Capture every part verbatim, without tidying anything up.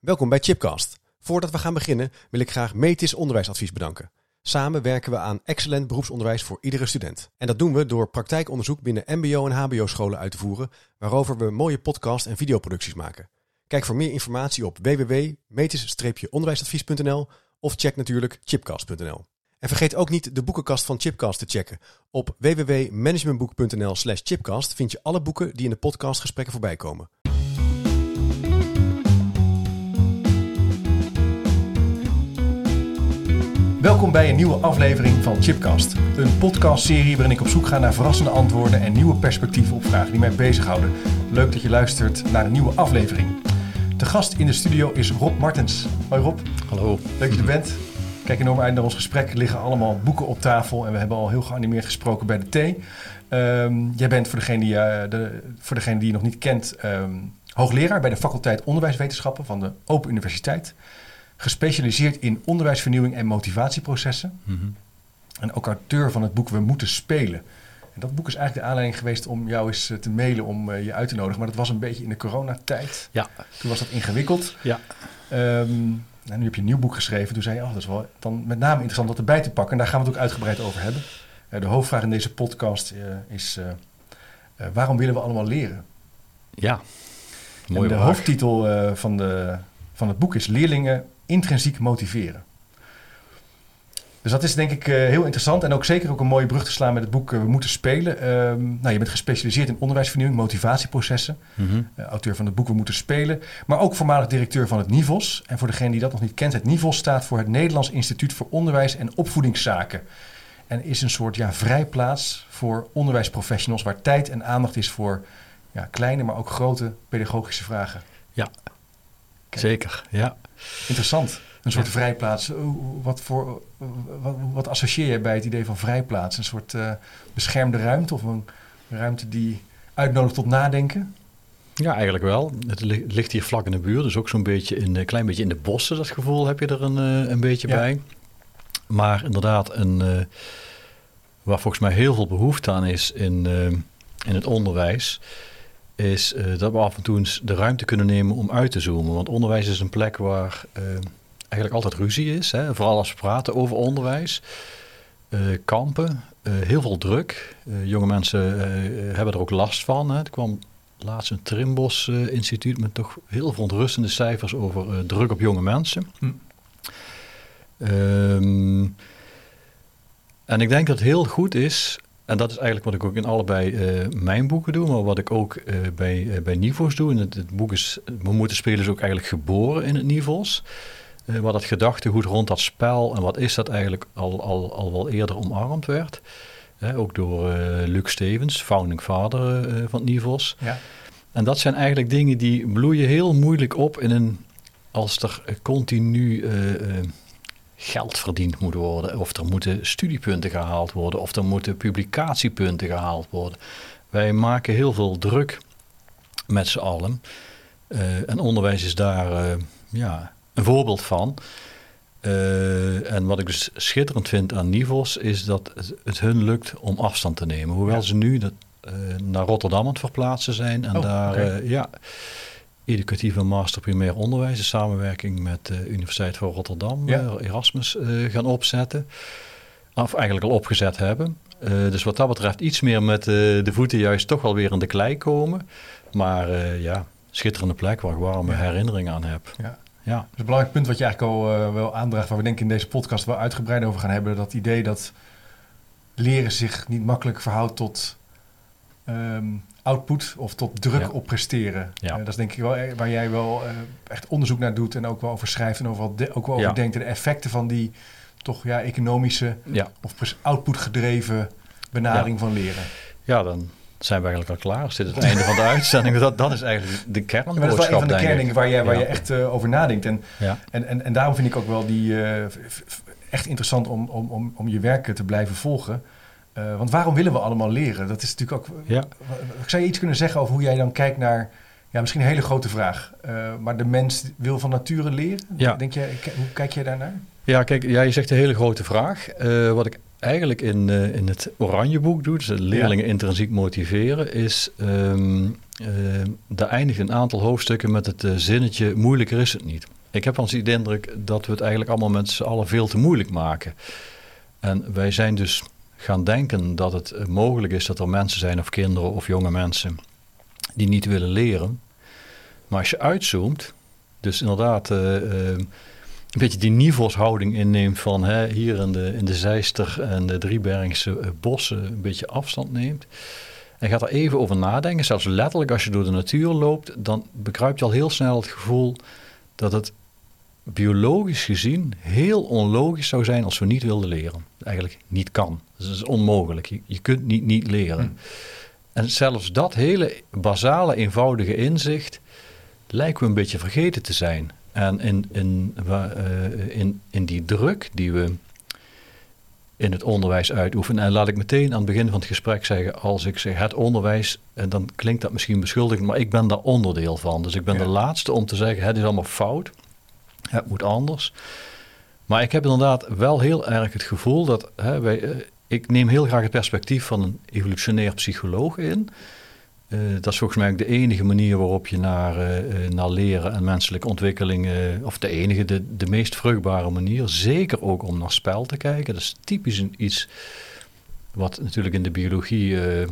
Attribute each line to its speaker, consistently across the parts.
Speaker 1: Welkom bij Chipcast. Voordat we gaan beginnen wil ik graag Metis Onderwijsadvies bedanken. Samen werken we aan excellent beroepsonderwijs voor iedere student. En dat doen we door praktijkonderzoek binnen mbo- en hbo-scholen uit te voeren, waarover we mooie podcast- en videoproducties maken. Kijk voor meer informatie op w w w punt metis onderwijsadvies punt n l of check natuurlijk chipcast punt n l. En vergeet ook niet de boekenkast van Chipcast te checken. Op w w w punt managementboek punt n l slash chipcast vind je alle boeken die in de podcastgesprekken voorbij komen.
Speaker 2: Welkom bij een nieuwe aflevering van Chipcast. Een podcastserie waarin ik op zoek ga naar verrassende antwoorden en nieuwe perspectieven op vragen die mij bezighouden. Leuk dat je luistert naar een nieuwe aflevering. De gast in de studio is Rob Martens. Hoi Rob.
Speaker 3: Hallo.
Speaker 2: Leuk dat je er bent. Kijk enorm uit naar ons gesprek. Er liggen allemaal boeken op tafel en we hebben al heel geanimeerd gesproken bij de thee. Um, jij bent voor degene die, uh, de, voor degene die je nog niet kent um, hoogleraar bij de faculteit Onderwijswetenschappen van de Open Universiteit. Gespecialiseerd in onderwijsvernieuwing en motivatieprocessen. Mm-hmm. En ook auteur van het boek We Moeten Spelen. En dat boek is eigenlijk de aanleiding geweest om jou eens te mailen om uh, je uit te nodigen. Maar dat was een beetje in de coronatijd.
Speaker 3: Ja.
Speaker 2: Toen was dat ingewikkeld.
Speaker 3: Ja.
Speaker 2: Um, nou, nu heb je een nieuw boek geschreven. Toen zei je, oh, dat is wel dan met name interessant dat erbij te pakken. En daar gaan we het ook uitgebreid over hebben. Uh, de hoofdvraag in deze podcast uh, is, uh, uh, waarom willen we allemaal leren?
Speaker 3: Ja,
Speaker 2: mooie En de vraag. hoofdtitel uh, van, de, van het boek is Leerlingen intrinsiek motiveren. Dus dat is denk ik uh, heel interessant en ook zeker ook een mooie brug te slaan met het boek uh, We Moeten Spelen. Um, nou, je bent gespecialiseerd in onderwijsvernieuwing, motivatieprocessen. Mm-hmm. Uh, auteur van het boek We Moeten Spelen. Maar ook voormalig directeur van het NIVOS. En voor degene die dat nog niet kent, het NIVOS staat voor het Nederlands Instituut voor Onderwijs en Opvoedingszaken. En is een soort ja, vrijplaats voor onderwijsprofessionals waar tijd en aandacht is voor ja, kleine, maar ook grote pedagogische vragen.
Speaker 3: Ja, Kijk. Zeker. Ja.
Speaker 2: Interessant. Een soort ja. vrijplaats. Wat, voor, wat, wat associeer je bij het idee van vrijplaats? Een soort uh, beschermde ruimte of een ruimte die uitnodigt tot nadenken?
Speaker 3: Ja, eigenlijk wel. Het ligt hier vlak in de buurt. Dus ook zo'n beetje in een klein beetje in de bossen. Dat gevoel heb je er een, een beetje ja. bij. Maar inderdaad, een, uh, waar volgens mij heel veel behoefte aan is in, uh, in het onderwijs, is uh, dat we af en toe eens de ruimte kunnen nemen om uit te zoomen. Want onderwijs is een plek waar uh, eigenlijk altijd ruzie is. Hè? Vooral als we praten over onderwijs. Uh, kampen, uh, heel veel druk. Uh, jonge mensen uh, hebben er ook last van. Hè? Er kwam laatst een Trimbos uh, instituut met toch heel verontrustende cijfers over uh, druk op jonge mensen. Hm. Um, en ik denk dat het heel goed is, en dat is eigenlijk wat ik ook in allebei uh, mijn boeken doe, maar wat ik ook uh, bij, uh, bij NIVOS doe. En het, het boek is, We Moeten Spelen is ook eigenlijk geboren in het NIVOS. Uh, waar dat gedachtegoed rond dat spel en wat is dat eigenlijk al, al, al wel eerder omarmd werd. Uh, ook door uh, Luc Stevens, founding father uh, van het NIVOS. Ja. En dat zijn eigenlijk dingen die bloeien heel moeilijk op in een, als er continu Uh, uh, geld verdiend moet worden, of er moeten studiepunten gehaald worden, of er moeten publicatiepunten gehaald worden. Wij maken heel veel druk met z'n allen. Uh, en onderwijs is daar uh, ja, een voorbeeld van. Uh, en wat ik dus schitterend vind aan NIVOS is dat het, het hun lukt om afstand te nemen. Hoewel ja. ze nu dat, uh, naar Rotterdam aan het verplaatsen zijn en oh, daar okay. uh, ja. educatieve master primair onderwijs, in samenwerking met de Universiteit van Rotterdam, ja. uh, Erasmus, uh, gaan opzetten. Of eigenlijk al opgezet hebben. Uh, dus wat dat betreft iets meer met uh, de voeten juist toch wel weer in de klei komen. Maar uh, ja, schitterende plek waar ik warme ja. herinneringen aan heb. Ja.
Speaker 2: Ja. Dat is een belangrijk punt wat je eigenlijk al uh, wel aandraagt, waar we denk ik in deze podcast wel uitgebreid over gaan hebben. Dat idee dat leren zich niet makkelijk verhoudt tot Um, output of tot druk ja. op presteren. Ja. Uh, dat is denk ik wel waar jij wel uh, echt onderzoek naar doet en ook wel over schrijft en over de, ook wel over ja. denkt. En de effecten van die toch ja, economische ja. of pres- output gedreven benadering ja. van leren.
Speaker 3: Ja, dan zijn we eigenlijk al klaar. Als dit het einde van de uitzending, dat, dat is eigenlijk de kernboodschap.
Speaker 2: Ja, dat is wel een van de kerndingen waar jij, waar ja. je echt uh, over nadenkt. En, ja. en, en, en daarom vind ik ook wel die uh, f- f- echt interessant om, om, om, om je werken te blijven volgen. Uh, want waarom willen we allemaal leren? Dat is natuurlijk ook. Ja. Zou je iets kunnen zeggen over hoe jij dan kijkt naar, ja, misschien een hele grote vraag, uh, maar de mens wil van nature leren? Ja. Denk jij, hoe kijk jij daarnaar?
Speaker 3: Ja, kijk, ja, je zegt een hele grote vraag. Uh, wat ik eigenlijk in, uh, in het Oranje boek doe, dus leerlingen ja. intrinsiek motiveren, is um, uh, daar eindigt een aantal hoofdstukken met het uh, zinnetje, moeilijker is het niet. Ik heb wel eens de indruk dat we het eigenlijk allemaal met z'n allen veel te moeilijk maken. En wij zijn dus gaan denken dat het uh, mogelijk is dat er mensen zijn, of kinderen of jonge mensen, die niet willen leren. Maar als je uitzoomt, dus inderdaad uh, uh, een beetje die niveaushouding inneemt van hè, hier in de, in de Zeister en de Driebergse uh, bossen een beetje afstand neemt. En gaat er even over nadenken, zelfs letterlijk als je door de natuur loopt, dan bekruipt je al heel snel het gevoel dat het biologisch gezien heel onlogisch zou zijn als we niet wilden leren. Eigenlijk niet kan. Dus dat is onmogelijk. Je, je kunt niet niet leren. Hmm. En zelfs dat hele basale, eenvoudige inzicht lijken we een beetje vergeten te zijn. En in, in, uh, in, in die druk die we in het onderwijs uitoefenen. En laat ik meteen aan het begin van het gesprek zeggen, als ik zeg het onderwijs, en dan klinkt dat misschien beschuldigend, maar ik ben daar onderdeel van. Dus ik ben ja. de laatste om te zeggen, het is allemaal fout. Het moet anders. Maar ik heb inderdaad wel heel erg het gevoel dat, hè, wij, uh, ik neem heel graag het perspectief van een evolutionair psycholoog in. Uh, dat is volgens mij ook de enige manier waarop je naar, uh, naar leren en menselijke ontwikkeling, uh, of de enige, de, de meest vruchtbare manier, zeker ook om naar spel te kijken. Dat is typisch iets wat natuurlijk in de biologie uh,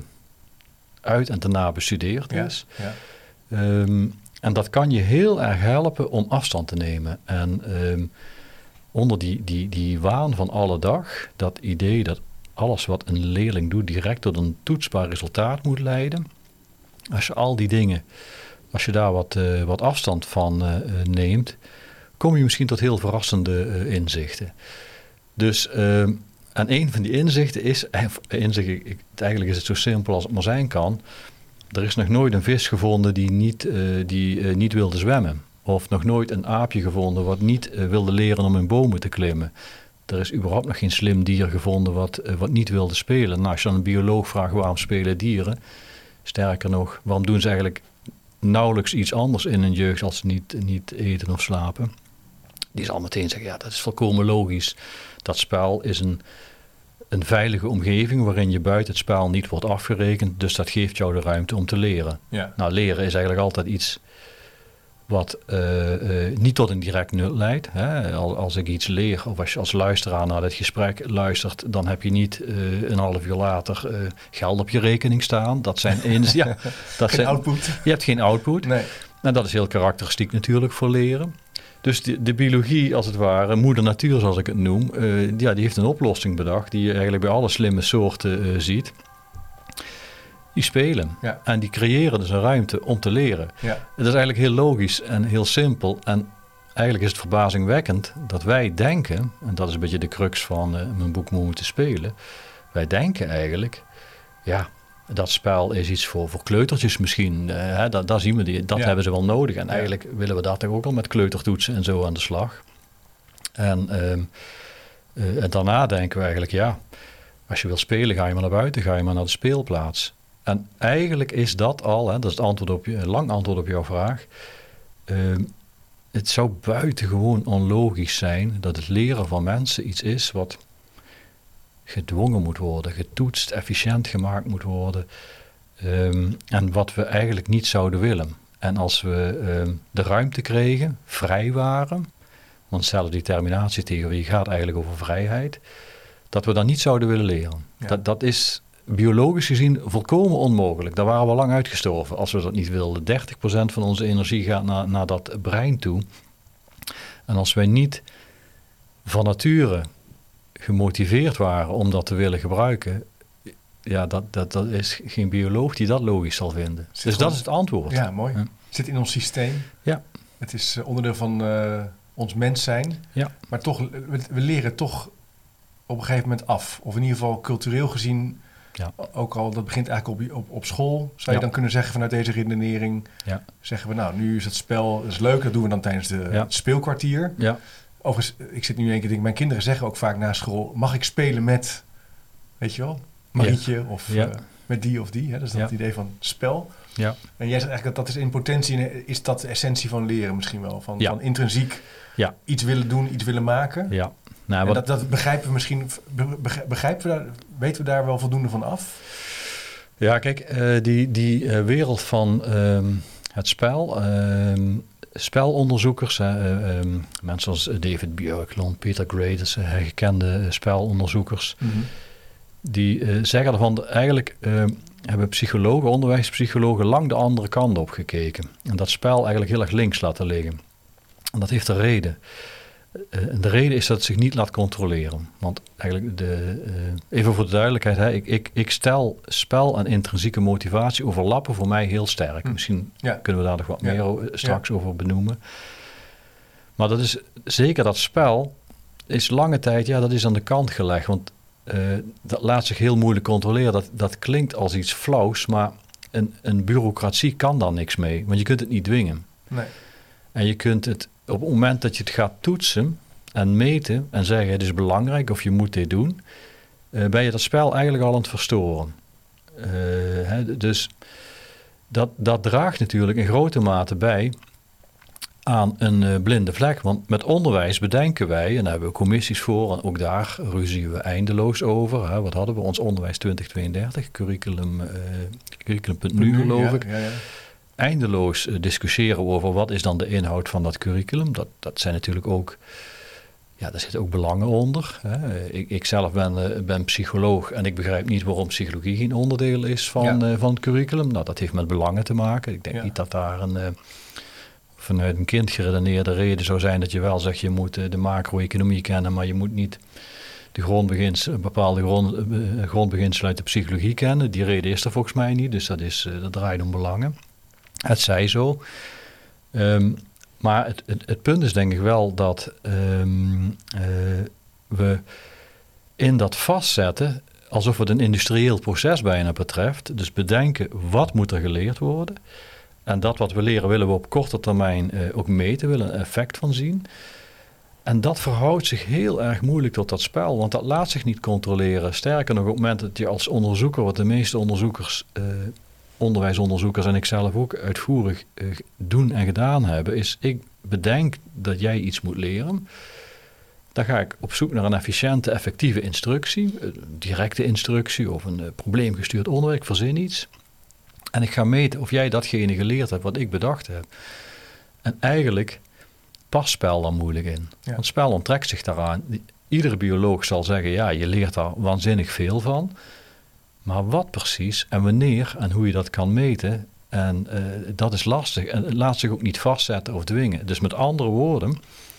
Speaker 3: uit en daarna bestudeerd is. Ja, ja. Um, en dat kan je heel erg helpen om afstand te nemen. En um, onder die, die, die waan van alle dag, dat idee dat alles wat een leerling doet direct tot een toetsbaar resultaat moet leiden. Als je al die dingen, als je daar wat, uh, wat afstand van uh, neemt, kom je misschien tot heel verrassende uh, inzichten. Dus, uh, en een van die inzichten is, inzicht, ik, eigenlijk is het zo simpel als het maar zijn kan, er is nog nooit een vis gevonden die niet, uh, die, uh, niet wilde zwemmen. Of nog nooit een aapje gevonden wat niet uh, wilde leren om in bomen te klimmen. Er is überhaupt nog geen slim dier gevonden wat, uh, wat niet wilde spelen. Nou, als je dan een bioloog vraagt waarom spelen dieren, sterker nog, waarom doen ze eigenlijk nauwelijks iets anders in hun jeugd als ze niet, niet eten of slapen? Die zal meteen zeggen, ja, dat is volkomen logisch. Dat spel is een, een veilige omgeving waarin je buiten het spel niet wordt afgerekend. Dus dat geeft jou de ruimte om te leren. Ja. Nou, leren is eigenlijk altijd iets wat uh, uh, niet tot een direct nut leidt. Hè? Als, als ik iets leer, of als je als luisteraar naar dit gesprek luistert, dan heb je niet uh, een half uur later uh, geld op je rekening staan. Dat zijn eens, ja, dat
Speaker 2: geen
Speaker 3: zijn,
Speaker 2: output.
Speaker 3: Je hebt geen output. Nee. En dat is heel karakteristiek natuurlijk voor leren. Dus de, de biologie, als het ware, moeder natuur zoals ik het noem, uh, ja, die heeft een oplossing bedacht die je eigenlijk bij alle slimme soorten uh, ziet. Die spelen. Ja. En die creëren dus een ruimte om te leren. Ja. Het is eigenlijk heel logisch en heel simpel. En eigenlijk is het verbazingwekkend dat wij denken, en dat is een beetje de crux van uh, mijn boek Moe moeten spelen. Wij denken eigenlijk, ja, dat spel is iets voor, voor kleutertjes misschien. Uh, hè, dat, dat zien we, die, dat ja. hebben ze wel nodig. En ja. eigenlijk willen we daar toch ook al met kleutertoetsen en zo aan de slag. En, uh, uh, en daarna denken we eigenlijk, ja, als je wil spelen, ga je maar naar buiten, ga je maar naar de speelplaats. En eigenlijk is dat al, hè, dat is het antwoord op je, een lang antwoord op jouw vraag. Uh, het zou buitengewoon onlogisch zijn dat het leren van mensen iets is wat gedwongen moet worden, getoetst, efficiënt gemaakt moet worden. Um, en wat we eigenlijk niet zouden willen. En als we um, de ruimte kregen, vrij waren, want zelfdeterminatietheorie gaat eigenlijk over vrijheid, dat we dan niet zouden willen leren. Ja. Dat, dat is biologisch gezien volkomen onmogelijk. Daar waren we lang uitgestorven als we dat niet wilden. dertig procent van onze energie gaat naar, naar dat brein toe. En als wij niet van nature gemotiveerd waren om dat te willen gebruiken, ja, dat, dat, dat is geen bioloog die dat logisch zal vinden. Zit dus gewoon, dat is het antwoord.
Speaker 2: Ja, mooi. Ja. Zit in ons systeem.
Speaker 3: Ja.
Speaker 2: Het is onderdeel van uh, ons mens zijn. Ja. Maar toch, we, we leren toch op een gegeven moment af. Of in ieder geval cultureel gezien, ja. ook al, dat begint eigenlijk op, op, op school. Zou je ja. dan kunnen zeggen vanuit deze redenering, ja. zeggen we nou, nu is het spel, dat is leuk, dat doen we dan tijdens de ja. het speelkwartier. Ja. Overigens, ik zit nu in één keer denk, mijn kinderen zeggen ook vaak na school, mag ik spelen met, weet je wel, Marietje ja. of ja. Uh, met die of die. Hè? Dat is dat ja. het idee van spel. Ja. En jij zegt eigenlijk dat dat is in potentie, is dat de essentie van leren misschien wel. Van, ja. van intrinsiek ja. iets willen doen, iets willen maken. Ja. Nou, wat, dat, dat begrijpen we misschien, begrijpen we daar, weten we daar wel voldoende van af?
Speaker 3: Ja, kijk, uh, die, die uh, wereld van um, het spel, um, spelonderzoekers, uh, um, mensen als David Björklund, Peter Gray, dat zijn uh, gekende spelonderzoekers, mm-hmm. die uh, zeggen ervan, eigenlijk uh, hebben psychologen, onderwijspsychologen lang de andere kant op gekeken. En dat spel eigenlijk heel erg links laten liggen. En dat heeft een reden. Uh, en de reden is dat het zich niet laat controleren. Want eigenlijk, de, uh, even voor de duidelijkheid, hè, ik, ik, ik stel spel en intrinsieke motivatie overlappen voor mij heel sterk. Hm. Misschien ja. kunnen we daar nog wat ja. meer straks ja. over benoemen. Maar dat is zeker dat spel is lange tijd, ja, dat is aan de kant gelegd. Want uh, dat laat zich heel moeilijk controleren. Dat, dat klinkt als iets flauws, maar een, een bureaucratie kan daar niks mee. Want je kunt het niet dwingen.
Speaker 2: Nee.
Speaker 3: En je kunt het op het moment dat je het gaat toetsen en meten en zeggen het is belangrijk of je moet dit doen, uh, ben je dat spel eigenlijk al aan het verstoren. Uh, hè, dus dat, dat draagt natuurlijk in grote mate bij aan een uh, blinde vlek. Want met onderwijs bedenken wij, en daar hebben we commissies voor, en ook daar ruzien we eindeloos over. Hè. Wat hadden we? Ons onderwijs twintig tweeëndertig, curriculum, uh, curriculum punt nu geloof ik.
Speaker 2: Ja, ja, ja.
Speaker 3: Eindeloos uh, discussiëren over wat is dan de inhoud van dat curriculum. Dat, dat zijn natuurlijk ook, ja, daar zitten ook belangen onder. Hè. Ik, ik zelf ben, uh, ben psycholoog en ik begrijp niet waarom psychologie geen onderdeel is van, ja. uh, van het curriculum. Nou, dat heeft met belangen te maken. Ik denk ja. niet dat daar een, uh, vanuit een kind geredeneerde reden zou zijn dat je wel zegt je moet uh, de macro-economie kennen, maar je moet niet de grondbeginselen, bepaalde grond, uh, grondbeginselen uit de psychologie kennen. Die reden is er volgens mij niet, dus dat, is, uh, dat draait om belangen. Het zij zo. Um, maar het, het, het punt is denk ik wel dat um, uh, we in dat vastzetten, alsof het een industrieel proces bijna betreft, dus bedenken wat moet er geleerd worden. En dat wat we leren willen we op korte termijn uh, ook meten, willen een effect van zien. En dat verhoudt zich heel erg moeilijk tot dat spel, want dat laat zich niet controleren. Sterker nog, op het moment dat je als onderzoeker, wat de meeste onderzoekers, uh, onderwijsonderzoekers en ik zelf ook uitvoerig uh, doen en gedaan hebben, is ik bedenk dat jij iets moet leren. Dan ga ik op zoek naar een efficiënte, effectieve instructie, een directe instructie of een uh, probleemgestuurd onderwijs, ik verzin iets. En ik ga meten of jij datgene geleerd hebt wat ik bedacht heb. En eigenlijk past spel dan moeilijk in. Ja. Want spel onttrekt zich daaraan. Iedere bioloog zal zeggen, ja, je leert daar waanzinnig veel van. Maar wat precies en wanneer en hoe je dat kan meten, en uh, dat is lastig. En het laat zich ook niet vastzetten of dwingen. Dus met andere woorden,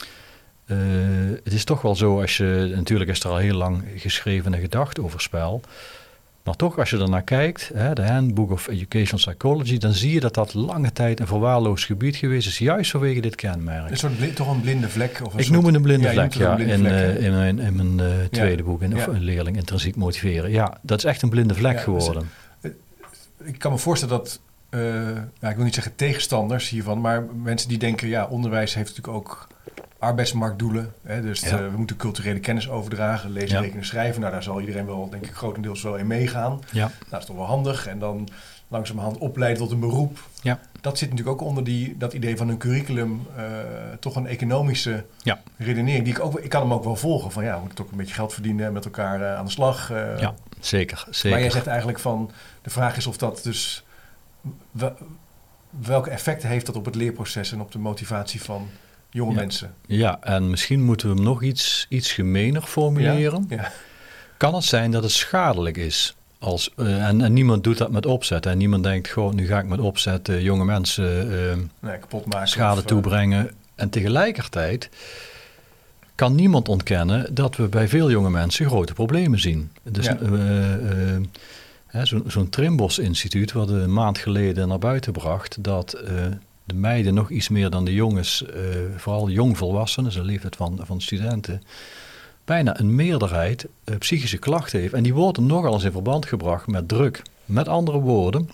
Speaker 3: uh, het is toch wel zo als je, natuurlijk is er al heel lang geschreven en gedacht over spel. Maar toch, als je ernaar kijkt, hè, de Handbook of Educational Psychology, dan zie je dat dat lange tijd een verwaarloosd gebied geweest is, juist vanwege dit kenmerk.
Speaker 2: Een soort bli- toch een blinde vlek? Of een
Speaker 3: ik
Speaker 2: soort...
Speaker 3: noem het een blinde ja, vlek, ja,
Speaker 2: een blinde
Speaker 3: in,
Speaker 2: vlek,
Speaker 3: uh, in mijn, in mijn uh, tweede
Speaker 2: ja.
Speaker 3: boek, in, of
Speaker 2: ja.
Speaker 3: een leerling intrinsiek motiveren. Ja, dat is echt een blinde vlek ja, geworden.
Speaker 2: Dus, uh, ik kan me voorstellen dat, uh, nou, ik wil niet zeggen tegenstanders hiervan, maar mensen die denken, ja, onderwijs heeft natuurlijk ook arbeidsmarktdoelen. Hè, dus ja. de, we moeten culturele kennis overdragen, lezen, ja. rekenen, schrijven. Nou, daar zal iedereen wel, denk ik, grotendeels wel in meegaan.
Speaker 3: Ja.
Speaker 2: Nou, dat is toch wel handig. En dan langzamerhand opleiden tot een beroep.
Speaker 3: Ja.
Speaker 2: Dat zit natuurlijk ook onder die, dat idee van een curriculum, uh, toch een economische
Speaker 3: ja.
Speaker 2: redenering. Die ik, ook, ik kan hem ook wel volgen. Van ja, we moeten ook een beetje geld verdienen, met elkaar uh, aan de slag. Uh,
Speaker 3: ja, zeker, zeker.
Speaker 2: Maar jij zegt eigenlijk van, de vraag is of dat dus, wel, welke effecten heeft dat op het leerproces en op de motivatie van jonge
Speaker 3: ja.
Speaker 2: mensen?
Speaker 3: Ja, en misschien moeten we hem nog iets, iets gemener formuleren.
Speaker 2: Ja? Ja.
Speaker 3: Kan het zijn dat het schadelijk is? Als, uh, en, en niemand doet dat met opzet. En niemand denkt, goh, nu ga ik met opzet uh, jonge mensen uh,
Speaker 2: nee, kapot maken
Speaker 3: schade of, toebrengen. Uh, en tegelijkertijd kan niemand ontkennen dat we bij veel jonge mensen grote problemen zien. Dus ja. uh, uh, uh, zo, zo'n Trimbos instituut, wat een maand geleden naar buiten bracht, dat uh, de meiden nog iets meer dan de jongens, uh, vooral jongvolwassenen, dus de leeftijd van, van studenten, bijna een meerderheid uh, psychische klachten heeft. En die worden nogal eens in verband gebracht met druk. Met andere woorden,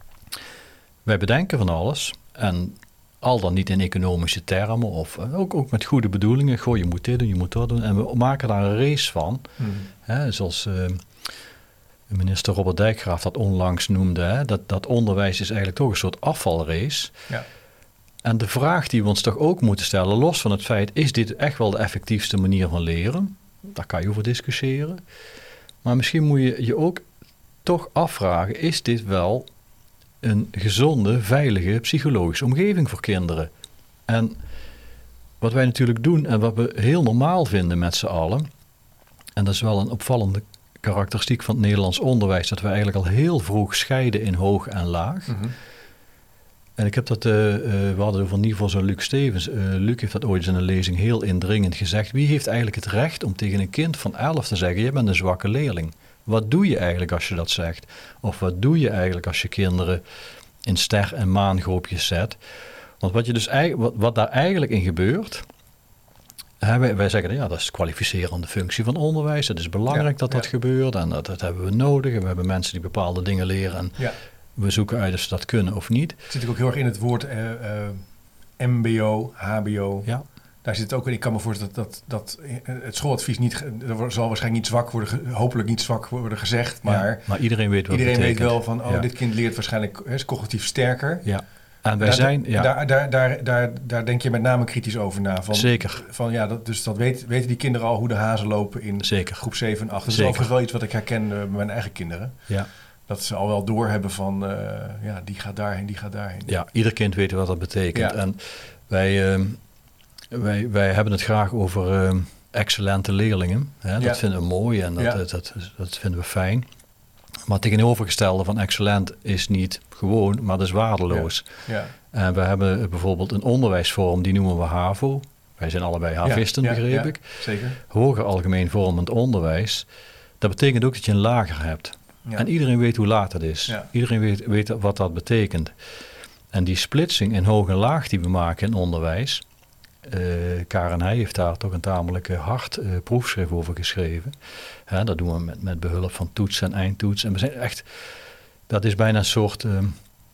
Speaker 3: wij bedenken van alles en al dan niet in economische termen of uh, ook, ook met goede bedoelingen. Goh, je moet dit doen, je moet dat doen. En we maken daar een race van. Hmm. Hè, zoals uh, minister Robert Dijkgraaf dat onlangs noemde. Hè, dat, dat onderwijs is eigenlijk toch een soort afvalrace.
Speaker 2: Ja.
Speaker 3: En de vraag die we ons toch ook moeten stellen, los van het feit, is dit echt wel de effectiefste manier van leren? Daar kan je over discussiëren. Maar misschien moet je je ook toch afvragen, is dit wel een gezonde, veilige, psychologische omgeving voor kinderen? En wat wij natuurlijk doen en wat we heel normaal vinden met z'n allen, en dat is wel een opvallende karakteristiek van het Nederlands onderwijs, dat we eigenlijk al heel vroeg scheiden in hoog en laag.
Speaker 2: Mm-hmm.
Speaker 3: En ik heb dat, uh, uh, we hadden het over Nivos en Luc Stevens. Uh, Luc heeft dat ooit in een lezing heel indringend gezegd. Wie heeft eigenlijk het recht om tegen een kind van elf te zeggen, je bent een zwakke leerling? Wat doe je eigenlijk als je dat zegt? Of wat doe je eigenlijk als je kinderen in ster- en maangroepjes zet? Want wat, je dus, wat, wat daar eigenlijk in gebeurt, hè, wij, wij zeggen, ja, dat is kwalificerende functie van onderwijs. Het is belangrijk ja, dat dat ja. gebeurt en dat, dat hebben we nodig. En we hebben mensen die bepaalde dingen leren en ja. we zoeken uit of ze dat kunnen of niet.
Speaker 2: Het zit ook heel erg in het woord uh, uh, M B O, H B O.
Speaker 3: Ja.
Speaker 2: Daar zit het ook in. Ik kan me voorstellen dat, dat, dat het schooladvies niet, er zal waarschijnlijk niet zwak worden, hopelijk niet zwak worden gezegd, maar,
Speaker 3: ja, maar iedereen weet wat
Speaker 2: iedereen
Speaker 3: het
Speaker 2: weet wel van, oh, ja. dit kind leert waarschijnlijk is cognitief sterker.
Speaker 3: Ja. En wij
Speaker 2: daar,
Speaker 3: zijn, ja.
Speaker 2: daar, daar, daar, daar, daar denk je met name kritisch over na. Van,
Speaker 3: Zeker.
Speaker 2: Van, ja, dat, dus dat weet, weten die kinderen al hoe de hazen lopen in
Speaker 3: Zeker.
Speaker 2: groep zeven en acht. Dat
Speaker 3: Zeker.
Speaker 2: is overigens wel iets wat ik herken uh, bij mijn eigen kinderen.
Speaker 3: Ja.
Speaker 2: Dat ze al wel doorhebben van, uh, ja, die gaat daarheen, die gaat daarheen.
Speaker 3: Ja, ieder kind weet wat dat betekent.
Speaker 2: Ja.
Speaker 3: En wij, uh, wij, wij hebben het graag over uh, excellente leerlingen. Hè? Dat
Speaker 2: ja.
Speaker 3: vinden we mooi en dat,
Speaker 2: ja.
Speaker 3: dat, dat, dat vinden we fijn. Maar het tegenovergestelde van excellent is niet gewoon, maar dat is waardeloos.
Speaker 2: Ja. Ja.
Speaker 3: En we hebben bijvoorbeeld een onderwijsvorm, die noemen we HAVO. Wij zijn allebei havisten,
Speaker 2: ja, ja,
Speaker 3: begreep
Speaker 2: ja,
Speaker 3: ik.
Speaker 2: Zeker.
Speaker 3: Hoger algemeen vormend onderwijs. Dat betekent ook dat je een lager hebt. Ja. En iedereen weet hoe laat het is. Ja. Iedereen weet, weet wat dat betekent. En die splitsing in hoog en laag die we maken in onderwijs. Uh, Karen Heij heeft daar toch een tamelijk uh, hard uh, proefschrift over geschreven. Hè, dat doen we met, met behulp van toets en eindtoets. En we zijn echt, dat is bijna een soort uh,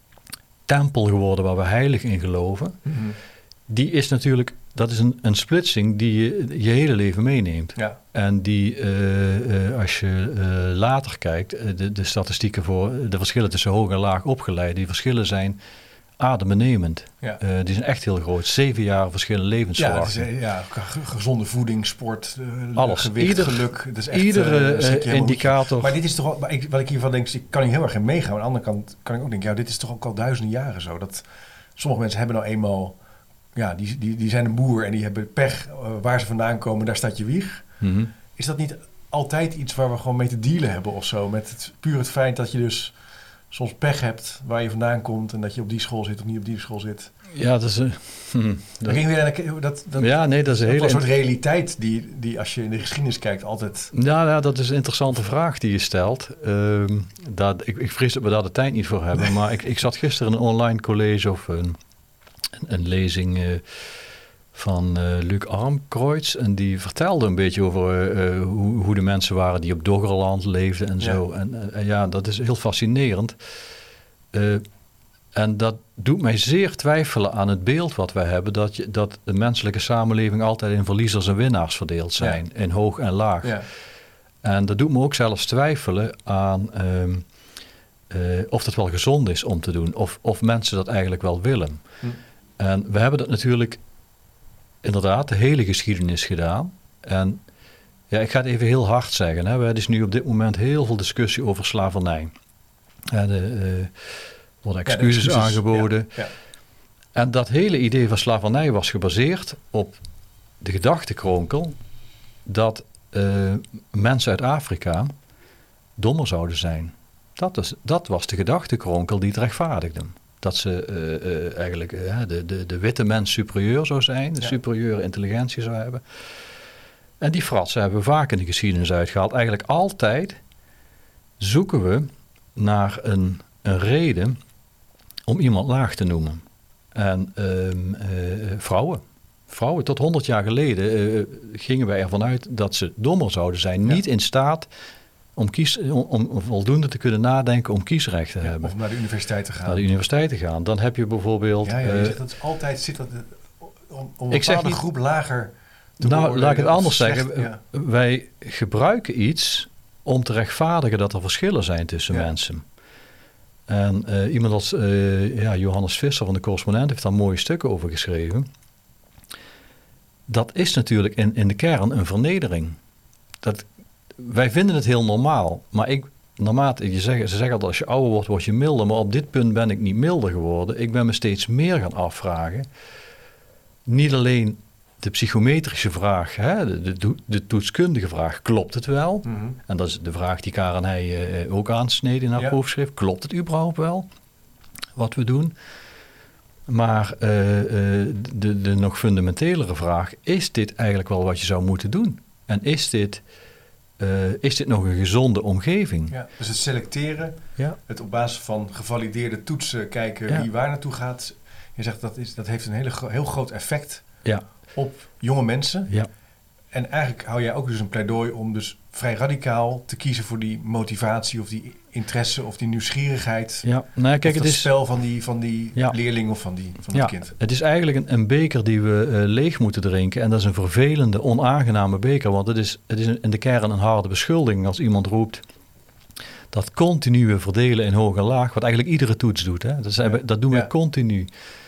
Speaker 3: tempel geworden waar we heilig in geloven.
Speaker 2: Mm-hmm. Die
Speaker 3: is natuurlijk, dat is een, een splitsing die je je hele leven meeneemt.
Speaker 2: Ja.
Speaker 3: En die, uh, uh, als je uh, later kijkt, uh, de, de statistieken voor de verschillen tussen hoog en laag opgeleid, die verschillen zijn adembenemend. Ja. Uh, die zijn echt heel groot. Zeven jaar verschillen levensverwachting.
Speaker 2: Ja, is, ja, gezonde voeding, sport, uh,
Speaker 3: alles.
Speaker 2: Gewicht,
Speaker 3: Ieder,
Speaker 2: geluk. Dat is echt,
Speaker 3: iedere uh, indicator.
Speaker 2: Moet. Maar dit is toch wel, ik, wat ik hiervan denk, ik kan hier heel erg in meegaan. Aan de andere kant kan ik ook denken, ja, dit is toch ook al duizenden jaren zo. Dat sommige mensen hebben nou eenmaal, ja, die, die, die zijn een boer en die hebben pech uh, waar ze vandaan komen, daar staat je wieg.
Speaker 3: Mm-hmm.
Speaker 2: Is dat niet altijd iets waar we gewoon mee te dealen hebben of zo? Met het, puur het feit dat je dus soms pech hebt waar je vandaan komt en dat je op die school zit of niet op die school zit.
Speaker 3: Ja, dat is een... Hm,
Speaker 2: dat, ging weer, dat, dat,
Speaker 3: ja, nee, dat is een
Speaker 2: dat
Speaker 3: hele...
Speaker 2: een soort realiteit die, die als je in de geschiedenis kijkt altijd...
Speaker 3: Ja, ja, dat is een interessante vraag die je stelt. Uh, dat, ik, ik vrees dat we daar de tijd niet voor hebben, nee. maar ik, ik zat gisteren in een online college of een, een, een lezing uh, van uh, Luc Armkreuz en die vertelde een beetje over uh, hoe, hoe de mensen waren die op Doggerland leefden en zo. Ja. En uh, ja, dat is heel fascinerend. Uh, En dat doet mij zeer twijfelen aan het beeld wat wij hebben, dat, je, dat de menselijke samenleving altijd in verliezers en winnaars verdeeld zijn, ja. in hoog en laag. Ja. En dat doet me ook zelfs twijfelen aan um, uh, of dat wel gezond is om te doen, of, of mensen dat eigenlijk wel willen. Hm. En we hebben dat natuurlijk inderdaad de hele geschiedenis gedaan. En ja, ik ga het even heel hard zeggen. Hè. Er is nu op dit moment heel veel discussie over slavernij. Ja, de... Uh, worden excuses, ja, excuses aangeboden. Ja, ja. En dat hele idee van slavernij was gebaseerd op de gedachtekronkel dat uh, mensen uit Afrika dommer zouden zijn. Dat, is, dat was de gedachtekronkel die het rechtvaardigde. Dat ze uh, uh, eigenlijk uh, de, de, de witte mens superieur zou zijn, de ja. superieure intelligentie zou hebben. En die fratsen hebben we vaak in de geschiedenis uitgehaald. Eigenlijk altijd zoeken we naar een, een reden om iemand laag te noemen. En uh, uh, vrouwen. Vrouwen, tot honderd jaar geleden uh, gingen wij ervan uit dat ze dommer zouden zijn. Ja. Niet in staat om, kies, om, om voldoende te kunnen nadenken om kiesrecht te
Speaker 2: ja,
Speaker 3: hebben.
Speaker 2: Of naar de universiteit te gaan.
Speaker 3: Naar de universiteit te gaan. Dan heb je bijvoorbeeld...
Speaker 2: Ja, ja je
Speaker 3: uh,
Speaker 2: zegt dat altijd zit dat om, om een bepaalde groep lager te
Speaker 3: Nou, laat ik het anders
Speaker 2: slecht,
Speaker 3: zeggen.
Speaker 2: Ja.
Speaker 3: Wij gebruiken iets om te rechtvaardigen dat er verschillen zijn tussen ja. mensen. En uh, iemand als uh, ja, Johannes Visser van de Correspondent heeft daar mooie stukken over geschreven. Dat is natuurlijk in, in de kern een vernedering. Dat, wij vinden het heel normaal, maar ik naarmate, je zegt, ze zeggen altijd als je ouder wordt, word je milder. Maar op dit punt ben ik niet milder geworden. Ik ben me steeds meer gaan afvragen. Niet alleen de psychometrische vraag, hè, de, de, de toetskundige vraag, klopt het wel?
Speaker 2: Mm-hmm.
Speaker 3: En dat is de vraag die Karen Heij uh, ook aansneden in haar ja. proefschrift. Klopt het überhaupt wel, wat we doen? Maar uh, uh, de, de nog fundamentelere vraag, is dit eigenlijk wel wat je zou moeten doen? En is dit, uh, is dit nog een gezonde omgeving?
Speaker 2: Ja, dus het selecteren,
Speaker 3: ja.
Speaker 2: het op basis van gevalideerde toetsen kijken ja. wie waar naartoe gaat. Je zegt dat, is, dat heeft een hele, heel groot effect
Speaker 3: ja.
Speaker 2: op jonge mensen.
Speaker 3: Ja.
Speaker 2: En eigenlijk hou jij ook dus een pleidooi om dus vrij radicaal te kiezen voor die motivatie of die interesse of die nieuwsgierigheid.
Speaker 3: Ja, nou, kijk,
Speaker 2: of
Speaker 3: het
Speaker 2: is spel van die, van die
Speaker 3: ja.
Speaker 2: leerling of van, die, van
Speaker 3: ja,
Speaker 2: het kind.
Speaker 3: Het is eigenlijk een, een beker die we uh, leeg moeten drinken. En dat is een vervelende, onaangename beker. Want het is, het is in de kern een harde beschuldiging als iemand roept dat continue verdelen in hoog en laag, wat eigenlijk iedere toets doet. Hè? Dat, is, ja. dat doen we ja. continu.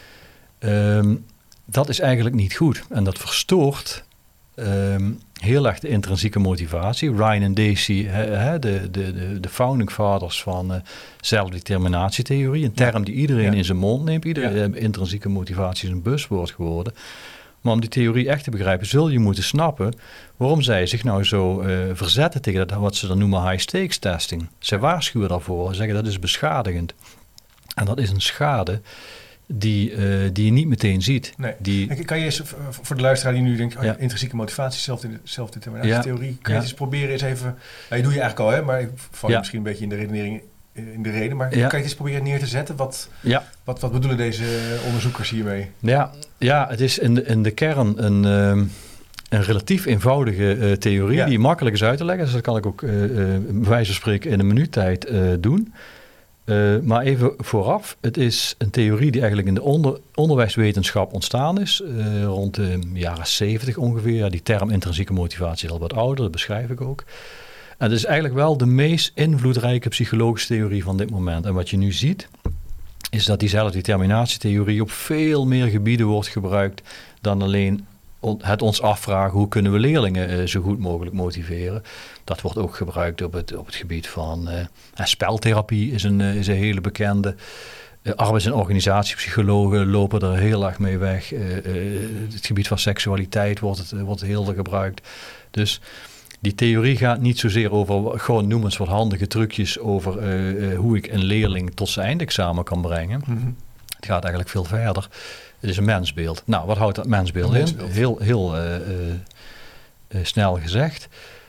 Speaker 3: Um, dat is eigenlijk niet goed. En dat verstoort um, heel erg de intrinsieke motivatie. Ryan en Dacey, he, de, de, de, de founding fathers van uh, zelfdeterminatietheorie, een term die iedereen ja. in zijn mond neemt. Iedereen, ja. uh, intrinsieke motivatie is een buzzwoord geworden. Maar om die theorie echt te begrijpen, zul je moeten snappen waarom zij zich nou zo uh, verzetten tegen dat, wat ze dan noemen high stakes testing. Zij waarschuwen daarvoor en zeggen dat is beschadigend. En dat is een schade die, uh, die je niet meteen ziet.
Speaker 2: Nee.
Speaker 3: Die,
Speaker 2: kan je eens, voor de luisteraar die nu denkt, oh,
Speaker 3: ja.
Speaker 2: intrinsieke motivatie, zelfdeterminatietheorie, ja. kan je
Speaker 3: ja.
Speaker 2: eens proberen eens even, nou, je doe je eigenlijk al, hè, maar ik val je
Speaker 3: ja.
Speaker 2: misschien een beetje in de redenering in de reden, maar
Speaker 3: ja.
Speaker 2: kan je het eens proberen neer te zetten? Wat,
Speaker 3: ja.
Speaker 2: wat, wat bedoelen deze onderzoekers hiermee?
Speaker 3: Ja, ja het is in de, in de kern een, um, een relatief eenvoudige uh, theorie ja. die makkelijk is uit te leggen. Dus dat kan ik ook uh, uh, bij wijze van spreken in een minuut tijd uh, doen. Uh, maar even vooraf, het is een theorie die eigenlijk in de onder, onderwijswetenschap ontstaan is, uh, rond de jaren zeventig ongeveer. Ja, die term intrinsieke motivatie is al wat ouder, dat beschrijf ik ook. En het is eigenlijk wel de meest invloedrijke psychologische theorie van dit moment. En wat je nu ziet, is dat die zelfdeterminatietheorie op veel meer gebieden wordt gebruikt dan alleen het ons afvragen hoe kunnen we leerlingen uh, zo goed mogelijk motiveren. Dat wordt ook gebruikt op het, op het gebied van uh, speltherapie is een, uh, is een hele bekende. Uh, arbeids- en organisatiepsychologen lopen er heel erg mee weg. Uh, uh, het gebied van seksualiteit wordt, het, uh, wordt heel veel gebruikt. Dus die theorie gaat niet zozeer over, gewoon noem eens wat handige trucjes over uh, uh, hoe ik een leerling tot zijn eindexamen kan brengen. Mm-hmm. Het gaat eigenlijk veel verder. Het is een mensbeeld. Nou, wat houdt dat mensbeeld in? Mensbeeld. Heel, heel uh, uh, uh, snel gezegd.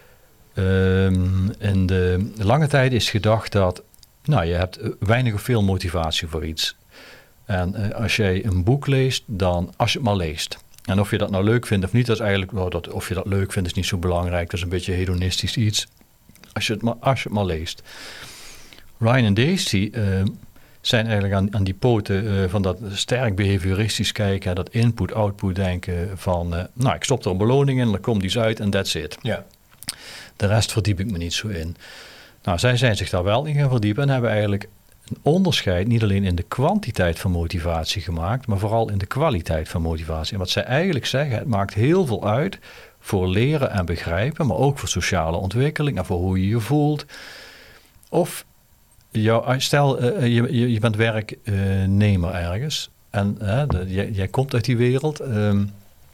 Speaker 3: Um, in de lange tijd is gedacht dat, nou, je hebt weinig of veel motivatie voor iets. En uh, als jij een boek leest, dan als je het maar leest. En of je dat nou leuk vindt of niet, dat is eigenlijk, well, dat, of je dat leuk vindt is niet zo belangrijk. Dat is een beetje hedonistisch iets. Als je het maar, als je het maar leest. Ryan en Dacey uh, zijn eigenlijk aan, aan die poten uh, van dat sterk behavioristisch kijken, dat input-output denken van, uh, nou, ik stop er een beloning in, dan komt iets uit en that's it.
Speaker 2: Ja.
Speaker 3: De rest verdiep ik me niet zo in. Nou, zij zijn zich daar wel in gaan verdiepen en hebben eigenlijk een onderscheid niet alleen in de kwantiteit van motivatie gemaakt, maar vooral in de kwaliteit van motivatie. En wat zij eigenlijk zeggen, het maakt heel veel uit voor leren en begrijpen, maar ook voor sociale ontwikkeling en voor hoe je je voelt. Of jou, stel, uh, je, je, je bent werknemer uh, ergens en uh, de, jij, jij komt uit die wereld. Um,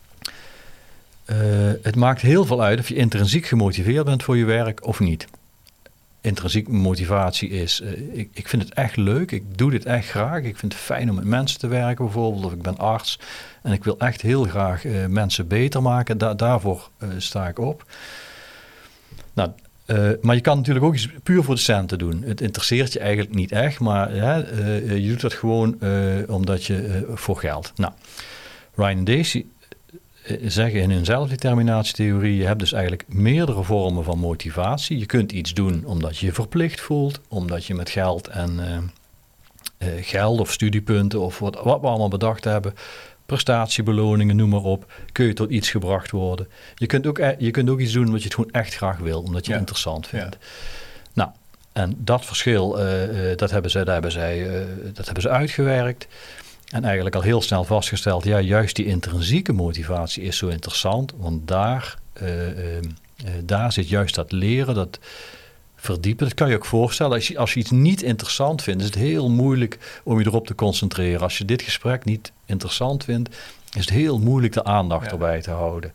Speaker 3: uh, het maakt heel veel uit of je intrinsiek gemotiveerd bent voor je werk of niet. Intrinsiek motivatie is, uh, ik, ik vind het echt leuk, ik doe dit echt graag. Ik vind het fijn om met mensen te werken bijvoorbeeld, of ik ben arts en ik wil echt heel graag uh, mensen beter maken. Da- daarvoor uh, sta ik op. Nou, uh, maar je kan natuurlijk ook iets puur voor de centen doen. Het interesseert je eigenlijk niet echt, maar ja, uh, je doet dat gewoon uh, omdat je uh, voor geld. Nou, Ryan en Dacey zeggen in hun zelfdeterminatietheorie, je hebt dus eigenlijk meerdere vormen van motivatie. Je kunt iets doen omdat je je verplicht voelt, omdat je met geld en uh, uh, geld of studiepunten of wat, wat we allemaal bedacht hebben, prestatiebeloningen, noem maar op, kun je tot iets gebracht worden. Je kunt ook, je kunt ook iets doen omdat je het gewoon echt graag wil, omdat je
Speaker 2: ja.
Speaker 3: het interessant vindt.
Speaker 2: Ja.
Speaker 3: Nou, en dat verschil, uh, uh, dat, hebben zij, dat, hebben zij, uh, dat hebben ze uitgewerkt. En eigenlijk al heel snel vastgesteld, ja, juist die intrinsieke motivatie is zo interessant, want daar, uh, uh, uh, daar zit juist dat leren, dat, verdiepen. Dat kan je ook voorstellen. Als je, als je iets niet interessant vindt, is het heel moeilijk om je erop te concentreren. Als je dit gesprek niet interessant vindt, is het heel moeilijk de aandacht ja. erbij te houden.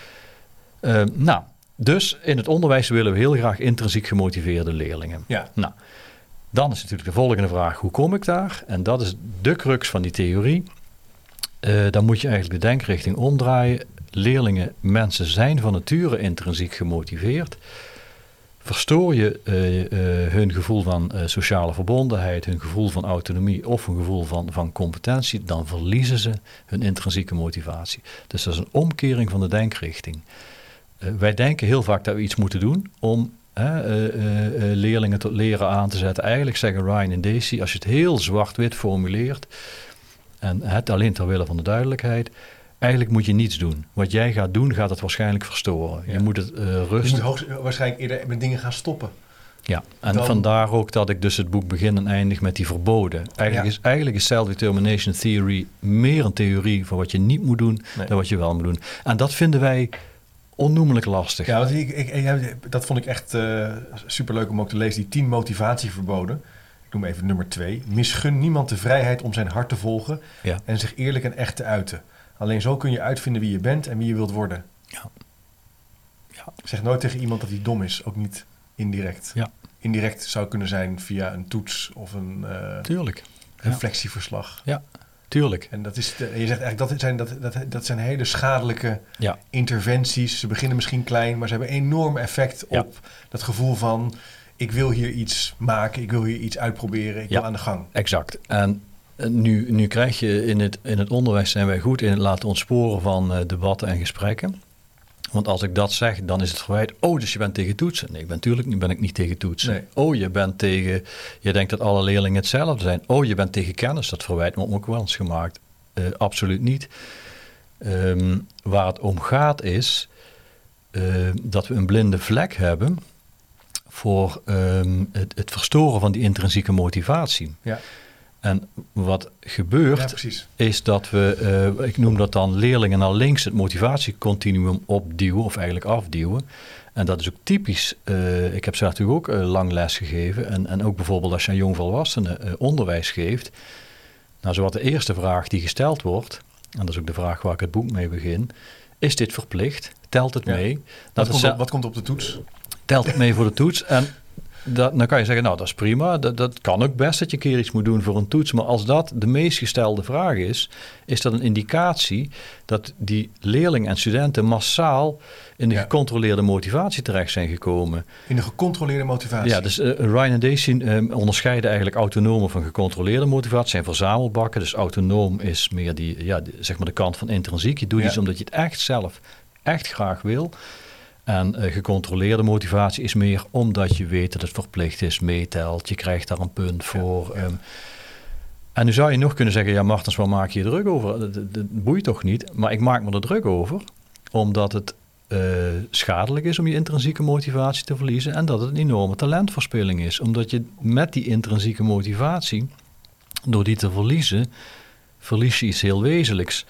Speaker 3: Uh, nou, dus in het onderwijs willen we heel graag intrinsiek gemotiveerde leerlingen.
Speaker 2: Ja.
Speaker 3: Nou, dan is natuurlijk de volgende vraag, hoe kom ik daar? En dat is de crux van die theorie. Uh, dan moet je eigenlijk de denkrichting omdraaien. Leerlingen, mensen zijn van nature intrinsiek gemotiveerd. Verstoor je uh, uh, hun gevoel van uh, sociale verbondenheid, hun gevoel van autonomie of hun gevoel van, van competentie, dan verliezen ze hun intrinsieke motivatie. Dus dat is een omkering van de denkrichting. Uh, wij denken heel vaak dat we iets moeten doen om uh, uh, uh, leerlingen tot leren aan te zetten. Eigenlijk zeggen Ryan en Dacey, als je het heel zwart-wit formuleert en het alleen ter wille van de duidelijkheid, eigenlijk moet je niets doen. Wat jij gaat doen, gaat het waarschijnlijk verstoren. Ja. Je moet het uh, rustig...
Speaker 2: Je moet hoogst, waarschijnlijk eerder met dingen gaan stoppen.
Speaker 3: Ja, en
Speaker 2: Dan...
Speaker 3: vandaar ook dat ik dus het boek begin en eindig met die verboden. Eigenlijk, ja. is, eigenlijk is self-determination theory meer een theorie van wat je niet moet doen nee. dan wat je wel moet doen. En dat vinden wij onnoemelijk lastig.
Speaker 2: Ja, want ik, ik, ik, dat vond ik echt uh, superleuk om ook te lezen. Die tien motivatieverboden. Ik noem even nummer twee. Misgun niemand de vrijheid om zijn hart te volgen ja. en zich eerlijk en echt te uiten. Alleen zo kun je uitvinden wie je bent en wie je wilt worden.
Speaker 3: Ja. Ja.
Speaker 2: Zeg nooit tegen iemand dat hij dom is, ook niet indirect.
Speaker 3: Ja. Indirect
Speaker 2: zou kunnen zijn via een toets of een uh,
Speaker 3: tuurlijk.
Speaker 2: reflectieverslag.
Speaker 3: Ja, tuurlijk.
Speaker 2: En dat is de, je zegt eigenlijk dat zijn, dat, dat, dat zijn hele schadelijke
Speaker 3: ja.
Speaker 2: interventies. Ze beginnen misschien klein, maar ze hebben enorm effect
Speaker 3: ja.
Speaker 2: op dat gevoel van ik wil hier iets maken, ik wil hier iets uitproberen, ik
Speaker 3: ja.
Speaker 2: wil aan de gang.
Speaker 3: Exact. En Nu, nu krijg je in het, in het onderwijs zijn wij goed in het laten ontsporen van uh, debatten en gesprekken. Want als ik dat zeg, dan is het verwijt. Oh, dus je bent tegen toetsen? Nee, ik ben natuurlijk niet, ben ik niet tegen toetsen.
Speaker 2: Nee.
Speaker 3: Oh, je bent tegen. Je denkt dat alle leerlingen hetzelfde zijn. Oh, je bent tegen kennis. Dat verwijt me ook wel eens gemaakt. Uh, absoluut niet. Um, waar het om gaat is uh, dat we een blinde vlek hebben voor um, het, het verstoren van die intrinsieke motivatie.
Speaker 2: Ja.
Speaker 3: En wat gebeurt,
Speaker 2: ja,
Speaker 3: is dat we, uh, ik noem dat dan leerlingen naar links het motivatiecontinuum opduwen of eigenlijk afduwen. En dat is ook typisch. Uh, ik heb zelf natuurlijk ook uh, lang les gegeven. En, en ook bijvoorbeeld als je aan jongvolwassenen uh, onderwijs geeft. Nou, zo wat de eerste vraag die gesteld wordt, en dat is ook de vraag waar ik het boek mee begin. Is dit verplicht? Telt het
Speaker 2: ja.
Speaker 3: mee?
Speaker 2: Wat, komt op, wat komt op de toets?
Speaker 3: Telt het mee voor de toets? En Dat, dan kan je zeggen, nou dat is prima, dat, dat kan ook best dat je een keer iets moet doen voor een toets. Maar als dat de meest gestelde vraag is, is dat een indicatie dat die leerlingen en studenten massaal in de ja. gecontroleerde motivatie terecht zijn gekomen.
Speaker 2: In de gecontroleerde motivatie?
Speaker 3: Ja, dus uh, Ryan en Dacey uh, onderscheiden eigenlijk autonome van gecontroleerde motivatie. Zijn verzamelbakken, dus autonoom is meer die, ja, die, zeg maar de kant van intrinsiek. Je doet ja. iets omdat je het echt zelf echt graag wil. En uh, gecontroleerde motivatie is meer omdat je weet dat het verplicht is, meetelt. Je krijgt daar een punt voor. Ja, ja. Um, en nu zou je nog kunnen zeggen, ja Martens, waar maak je je druk over? Dat, dat, dat boeit toch niet? Maar ik maak me er druk over, omdat het uh, schadelijk is om je intrinsieke motivatie te verliezen. En dat het een enorme talentverspilling is. Omdat je met die intrinsieke motivatie, door die te verliezen, verlies je iets heel wezenlijks.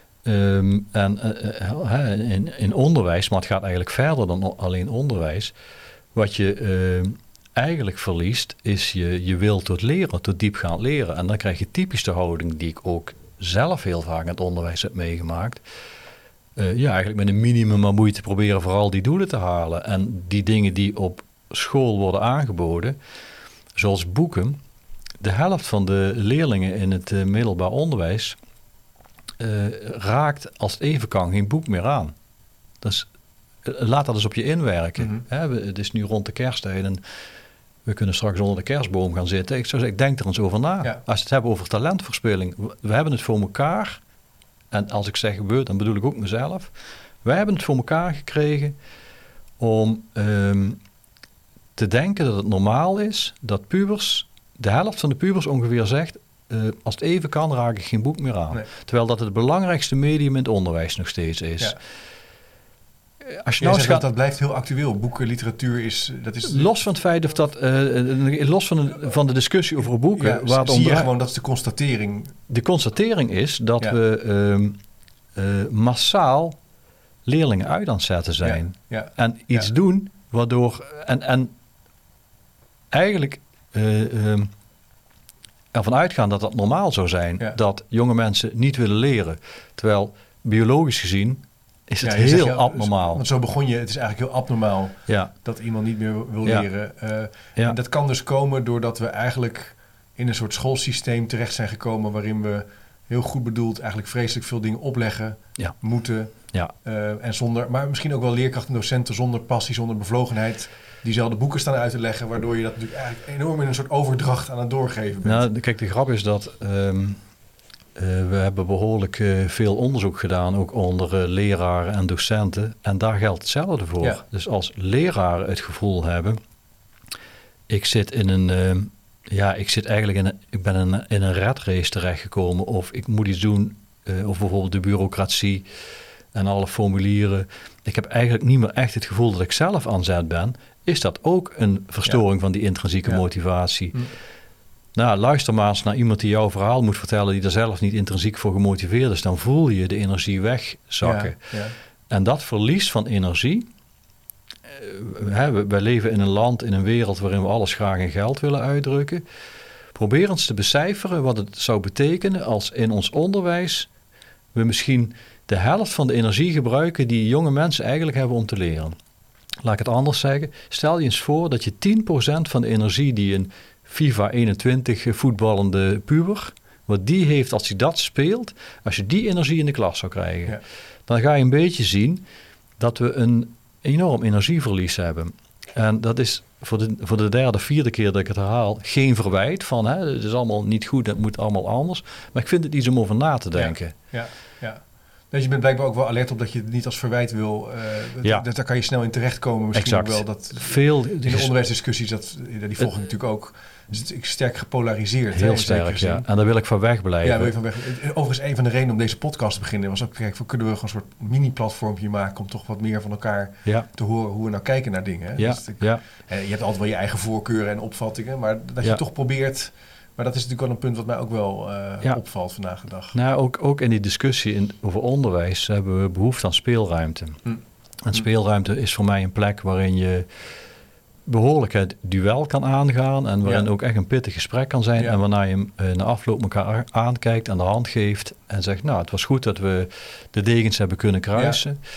Speaker 3: Um, en uh, uh, in, in onderwijs, maar het gaat eigenlijk verder dan alleen onderwijs. Wat je uh, eigenlijk verliest, is je, je wil tot leren, tot diepgaand leren. En dan krijg je typisch de houding die ik ook zelf heel vaak in het onderwijs heb meegemaakt. Uh, ja, eigenlijk met een minimum aan moeite proberen vooral die doelen te halen. En die dingen die op school worden aangeboden, zoals boeken. De helft van de leerlingen in het uh, middelbaar onderwijs Uh, raakt als het even kan geen boek meer aan. Dus uh, laat dat eens op je inwerken.
Speaker 2: Mm-hmm.
Speaker 3: Hè, we, het is nu rond de kersttijd en we kunnen straks onder de kerstboom gaan zitten. Ik zou zeggen, ik denk er eens over na.
Speaker 2: Ja.
Speaker 3: Als we het hebben over talentverspilling, we, we hebben het voor elkaar. En als ik zeg gebeurt, dan bedoel ik ook mezelf. Wij hebben het voor elkaar gekregen om um, te denken dat het normaal is dat pubers, de helft van de pubers ongeveer zegt, Uh, als het even kan, raak ik geen boek meer aan. Nee. Terwijl dat het belangrijkste medium in het onderwijs nog steeds is. Ja. Als je
Speaker 2: ja,
Speaker 3: nou
Speaker 2: gaat, dat, dat blijft heel actueel. Boeken, literatuur is... Dat is
Speaker 3: los van het feit of dat... Uh, los van de, van de discussie over boeken...
Speaker 2: Ja,
Speaker 3: waar het
Speaker 2: zie je
Speaker 3: om,
Speaker 2: gewoon, dat is de constatering.
Speaker 3: De constatering is dat ja. we uh, uh, massaal leerlingen uit aan het zetten zijn.
Speaker 2: Ja. Ja.
Speaker 3: En iets
Speaker 2: ja.
Speaker 3: doen waardoor... En, en eigenlijk uh, um, ervan uitgaan dat dat normaal zou zijn. Ja. Dat jonge mensen niet willen leren. Terwijl biologisch gezien is het ja, heel ja, abnormaal.
Speaker 2: Want zo begon je, het is eigenlijk heel abnormaal ja. dat iemand niet meer wil ja. leren. Uh, ja. En dat kan dus komen doordat we eigenlijk in een soort schoolsysteem terecht zijn gekomen waarin we heel goed bedoeld eigenlijk vreselijk veel dingen opleggen, ja. moeten. Ja. Uh, en zonder, maar misschien ook wel leerkrachten en docenten zonder passie, zonder bevlogenheid, diezelfde boeken staan uit te leggen, waardoor je dat natuurlijk eigenlijk enorm in een soort overdracht aan het doorgeven bent.
Speaker 3: Nou, kijk, de grap is dat um, uh, we hebben behoorlijk uh, veel onderzoek gedaan, ook onder uh, leraren en docenten. En daar geldt hetzelfde voor. Ja. Dus als leraren het gevoel hebben, ik zit in een, uh, ja, ik zit eigenlijk in een, ik ben in, in een rat race terechtgekomen, of ik moet iets doen, uh, of bijvoorbeeld de bureaucratie en alle formulieren. Ik heb eigenlijk niet meer echt het gevoel dat ik zelf aan zet ben. Is dat ook een verstoring ja. van die intrinsieke ja. motivatie? Hm. Nou, luister maar eens naar iemand die jouw verhaal moet vertellen, die er zelf niet intrinsiek voor gemotiveerd is. Dan voel je de energie wegzakken. Ja. Ja. En dat verlies van energie. Uh, hè, we, wij leven in een land, in een wereld waarin we alles graag in geld willen uitdrukken. Probeer eens te becijferen wat het zou betekenen als in ons onderwijs we misschien de helft van de energie gebruiken die jonge mensen eigenlijk hebben om te leren. Laat ik het anders zeggen. Stel je eens voor dat je tien procent van de energie die een FIFA eenentwintig voetballende puber, wat die heeft als hij dat speelt, als je die energie in de klas zou krijgen, ja. dan ga je een beetje zien dat we een enorm energieverlies hebben. En dat is voor de, voor de derde, vierde keer dat ik het herhaal, geen verwijt van, hè, het is allemaal niet goed, het moet allemaal anders. Maar ik vind het iets om over na te denken.
Speaker 2: Ja, ja, ja. Dus je bent blijkbaar ook wel alert op dat je het niet als verwijt wil. Uh, ja. dat, daar kan je snel in terechtkomen. Misschien exact. Ook wel dat
Speaker 3: veel
Speaker 2: in de onderwijsdiscussies, dat, die volgen uh, natuurlijk ook. Dus het is sterk gepolariseerd.
Speaker 3: Heel hè, sterk, ja. En daar wil ik van weg blijven.
Speaker 2: Ja, wil je van weg. Overigens, een van de redenen om deze podcast te beginnen was ook, kijk, kunnen we gewoon een soort mini-platformpje maken om toch wat meer van elkaar ja. te horen hoe we nou kijken naar dingen. Hè?
Speaker 3: Ja.
Speaker 2: Dus ik,
Speaker 3: ja.
Speaker 2: Je hebt altijd wel je eigen voorkeuren en opvattingen, maar dat je ja. toch probeert. Maar dat is natuurlijk wel een punt wat mij ook wel uh, ja. opvalt vandaag de dag.
Speaker 3: Nou, ook, ook in die discussie in, over onderwijs hebben we behoefte aan speelruimte. Hm. En speelruimte is voor mij een plek waarin je behoorlijk het duel kan aangaan en waarin ja. ook echt een pittig gesprek kan zijn. Ja. En waarna je uh, na afloop elkaar aankijkt, aan de hand geeft en zegt, nou, het was goed dat we de degens hebben kunnen kruisen. Ja.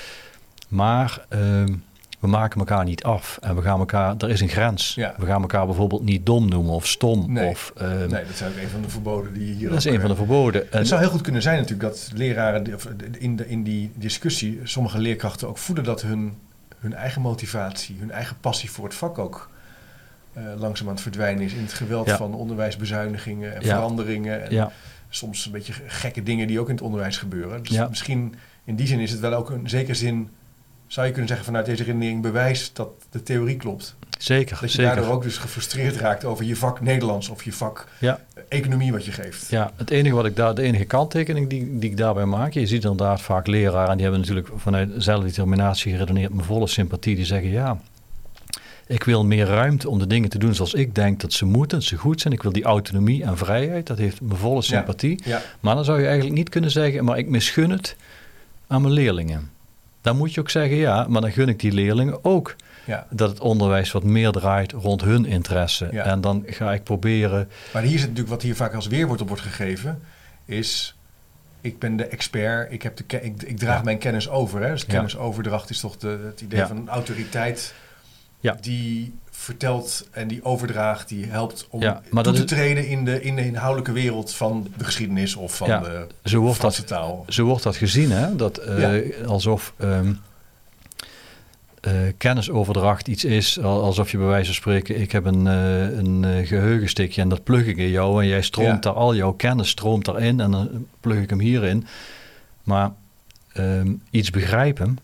Speaker 3: Maar Uh, we maken elkaar niet af en we gaan elkaar, er is een grens. Ja. We gaan elkaar bijvoorbeeld niet dom noemen of stom.
Speaker 2: Nee,
Speaker 3: of,
Speaker 2: uh, nee dat is ook een van de verboden die hier.
Speaker 3: Dat is een van de verboden.
Speaker 2: Het zou heel goed kunnen zijn natuurlijk dat leraren in, de, in die discussie, sommige leerkrachten ook voelen dat hun, hun eigen motivatie, hun eigen passie voor het vak ook uh, langzaam aan het verdwijnen is in het geweld ja. van onderwijsbezuinigingen en ja. veranderingen. En ja. soms een beetje gekke dingen die ook in het onderwijs gebeuren. Dus ja. misschien in die zin is het wel ook een zekere zin. Zou je kunnen zeggen vanuit deze redenering bewijs dat de theorie klopt.
Speaker 3: Zeker,
Speaker 2: Dat je
Speaker 3: zeker.
Speaker 2: daardoor ook dus gefrustreerd raakt over je vak Nederlands of je vak ja. economie wat je geeft.
Speaker 3: Ja, het enige wat ik daar, de enige kanttekening die, die ik daarbij maak, je ziet inderdaad vaak leraren, en die hebben natuurlijk vanuit zelfdeterminatie geredeneerd met volle sympathie, die zeggen ja, ik wil meer ruimte om de dingen te doen zoals ik denk dat ze moeten, dat ze goed zijn. Ik wil die autonomie en vrijheid, dat heeft mijn volle sympathie. Ja. Ja. Maar dan zou je eigenlijk niet kunnen zeggen, maar ik misgun het aan mijn leerlingen. Dan moet je ook zeggen, ja, maar dan gun ik die leerlingen ook ja. dat het onderwijs wat meer draait rond hun interesse. Ja. En dan ga ik proberen.
Speaker 2: Maar hier zit natuurlijk wat hier vaak als weerwoord op wordt gegeven, is ik ben de expert, ik, heb de ke- ik, ik draag ja. mijn kennis over. Hè? Dus kennisoverdracht is toch de, het idee ja. van een autoriteit ja. die vertelt en die overdraagt, die helpt om ja, toe te is, treden in de, in de inhoudelijke wereld van de geschiedenis of van ja, de
Speaker 3: zo wordt
Speaker 2: Franse
Speaker 3: dat,
Speaker 2: taal.
Speaker 3: Zo wordt dat gezien, hè? Dat, uh, ja. alsof um, uh, kennisoverdracht iets is, alsof je bij wijze van spreken, ik heb een, uh, een uh, geheugenstickje en dat plug ik in jou en jij stroomt ja. daar al jouw kennis stroomt daarin en dan plug ik hem hierin. Maar um, iets begrijpen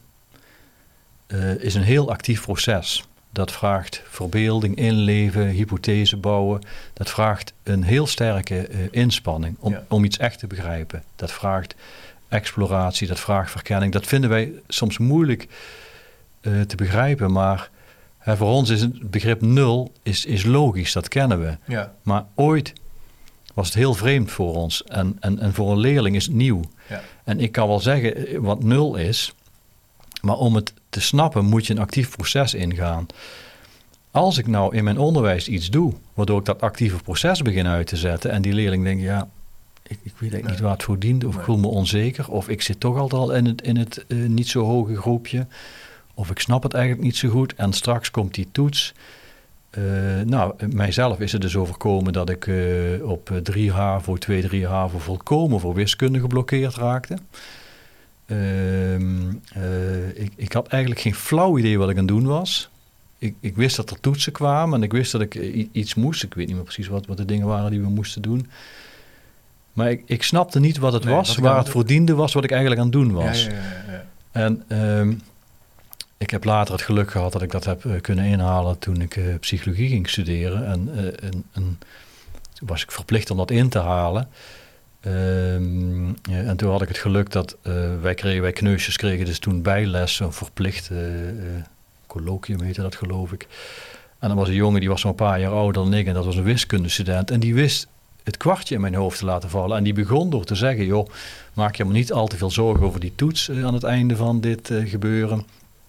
Speaker 3: uh, is een heel actief proces. Dat vraagt verbeelding, inleven, hypothese bouwen. Dat vraagt een heel sterke uh, inspanning om, ja. om iets echt te begrijpen. Dat vraagt exploratie, dat vraagt verkenning. Dat vinden wij soms moeilijk uh, te begrijpen. Maar hè, voor ons is het begrip nul is, is logisch, dat kennen we.
Speaker 2: Ja.
Speaker 3: Maar ooit was het heel vreemd voor ons. En, en, en voor een leerling is het nieuw. Ja. En ik kan wel zeggen wat nul is. Maar om het te snappen moet je een actief proces ingaan. als ik nou in mijn onderwijs iets doe, waardoor ik dat actieve proces begin uit te zetten en die leerling denkt, ja, ik, ik weet eigenlijk
Speaker 2: Nee.
Speaker 3: niet waar het voor dient, of
Speaker 2: Nee.
Speaker 3: ik voel me onzeker, of ik zit toch altijd al in het, in het uh, niet zo hoge groepje, of ik snap het eigenlijk niet zo goed en straks komt die toets. Uh, nou, mijzelf is het dus overkomen dat ik uh, op drie HAVO, twee, drie HAVO volkomen voor wiskunde geblokkeerd raakte. Uh, uh, ik, ik had eigenlijk geen flauw idee wat ik aan het doen was. Ik, ik wist dat er toetsen kwamen en ik wist dat ik uh, iets moest. Ik weet niet meer precies wat, wat de dingen waren die we moesten doen. Maar ik, ik snapte niet wat het
Speaker 2: Nee,
Speaker 3: was,
Speaker 2: wat ik
Speaker 3: waar
Speaker 2: aan
Speaker 3: het voor diende was, wat ik eigenlijk aan het doen was.
Speaker 2: Ja, ja, ja, ja.
Speaker 3: En um, ik heb later het geluk gehad dat ik dat heb uh, kunnen inhalen toen ik uh, psychologie ging studeren. En, uh, en, en toen was ik verplicht om dat in te halen. Um, ja, en toen had ik het geluk dat uh, wij, kregen, wij kneusjes kregen dus toen bijles, een verplicht uh, uh, colloquium heette dat geloof ik. En dan was een jongen die was zo'n paar jaar ouder dan ik en dat was een wiskundestudent. En die wist het kwartje in mijn hoofd te laten vallen. En die begon door te zeggen, joh, maak je maar niet al te veel zorgen over die toets uh, aan het einde van dit uh, gebeuren.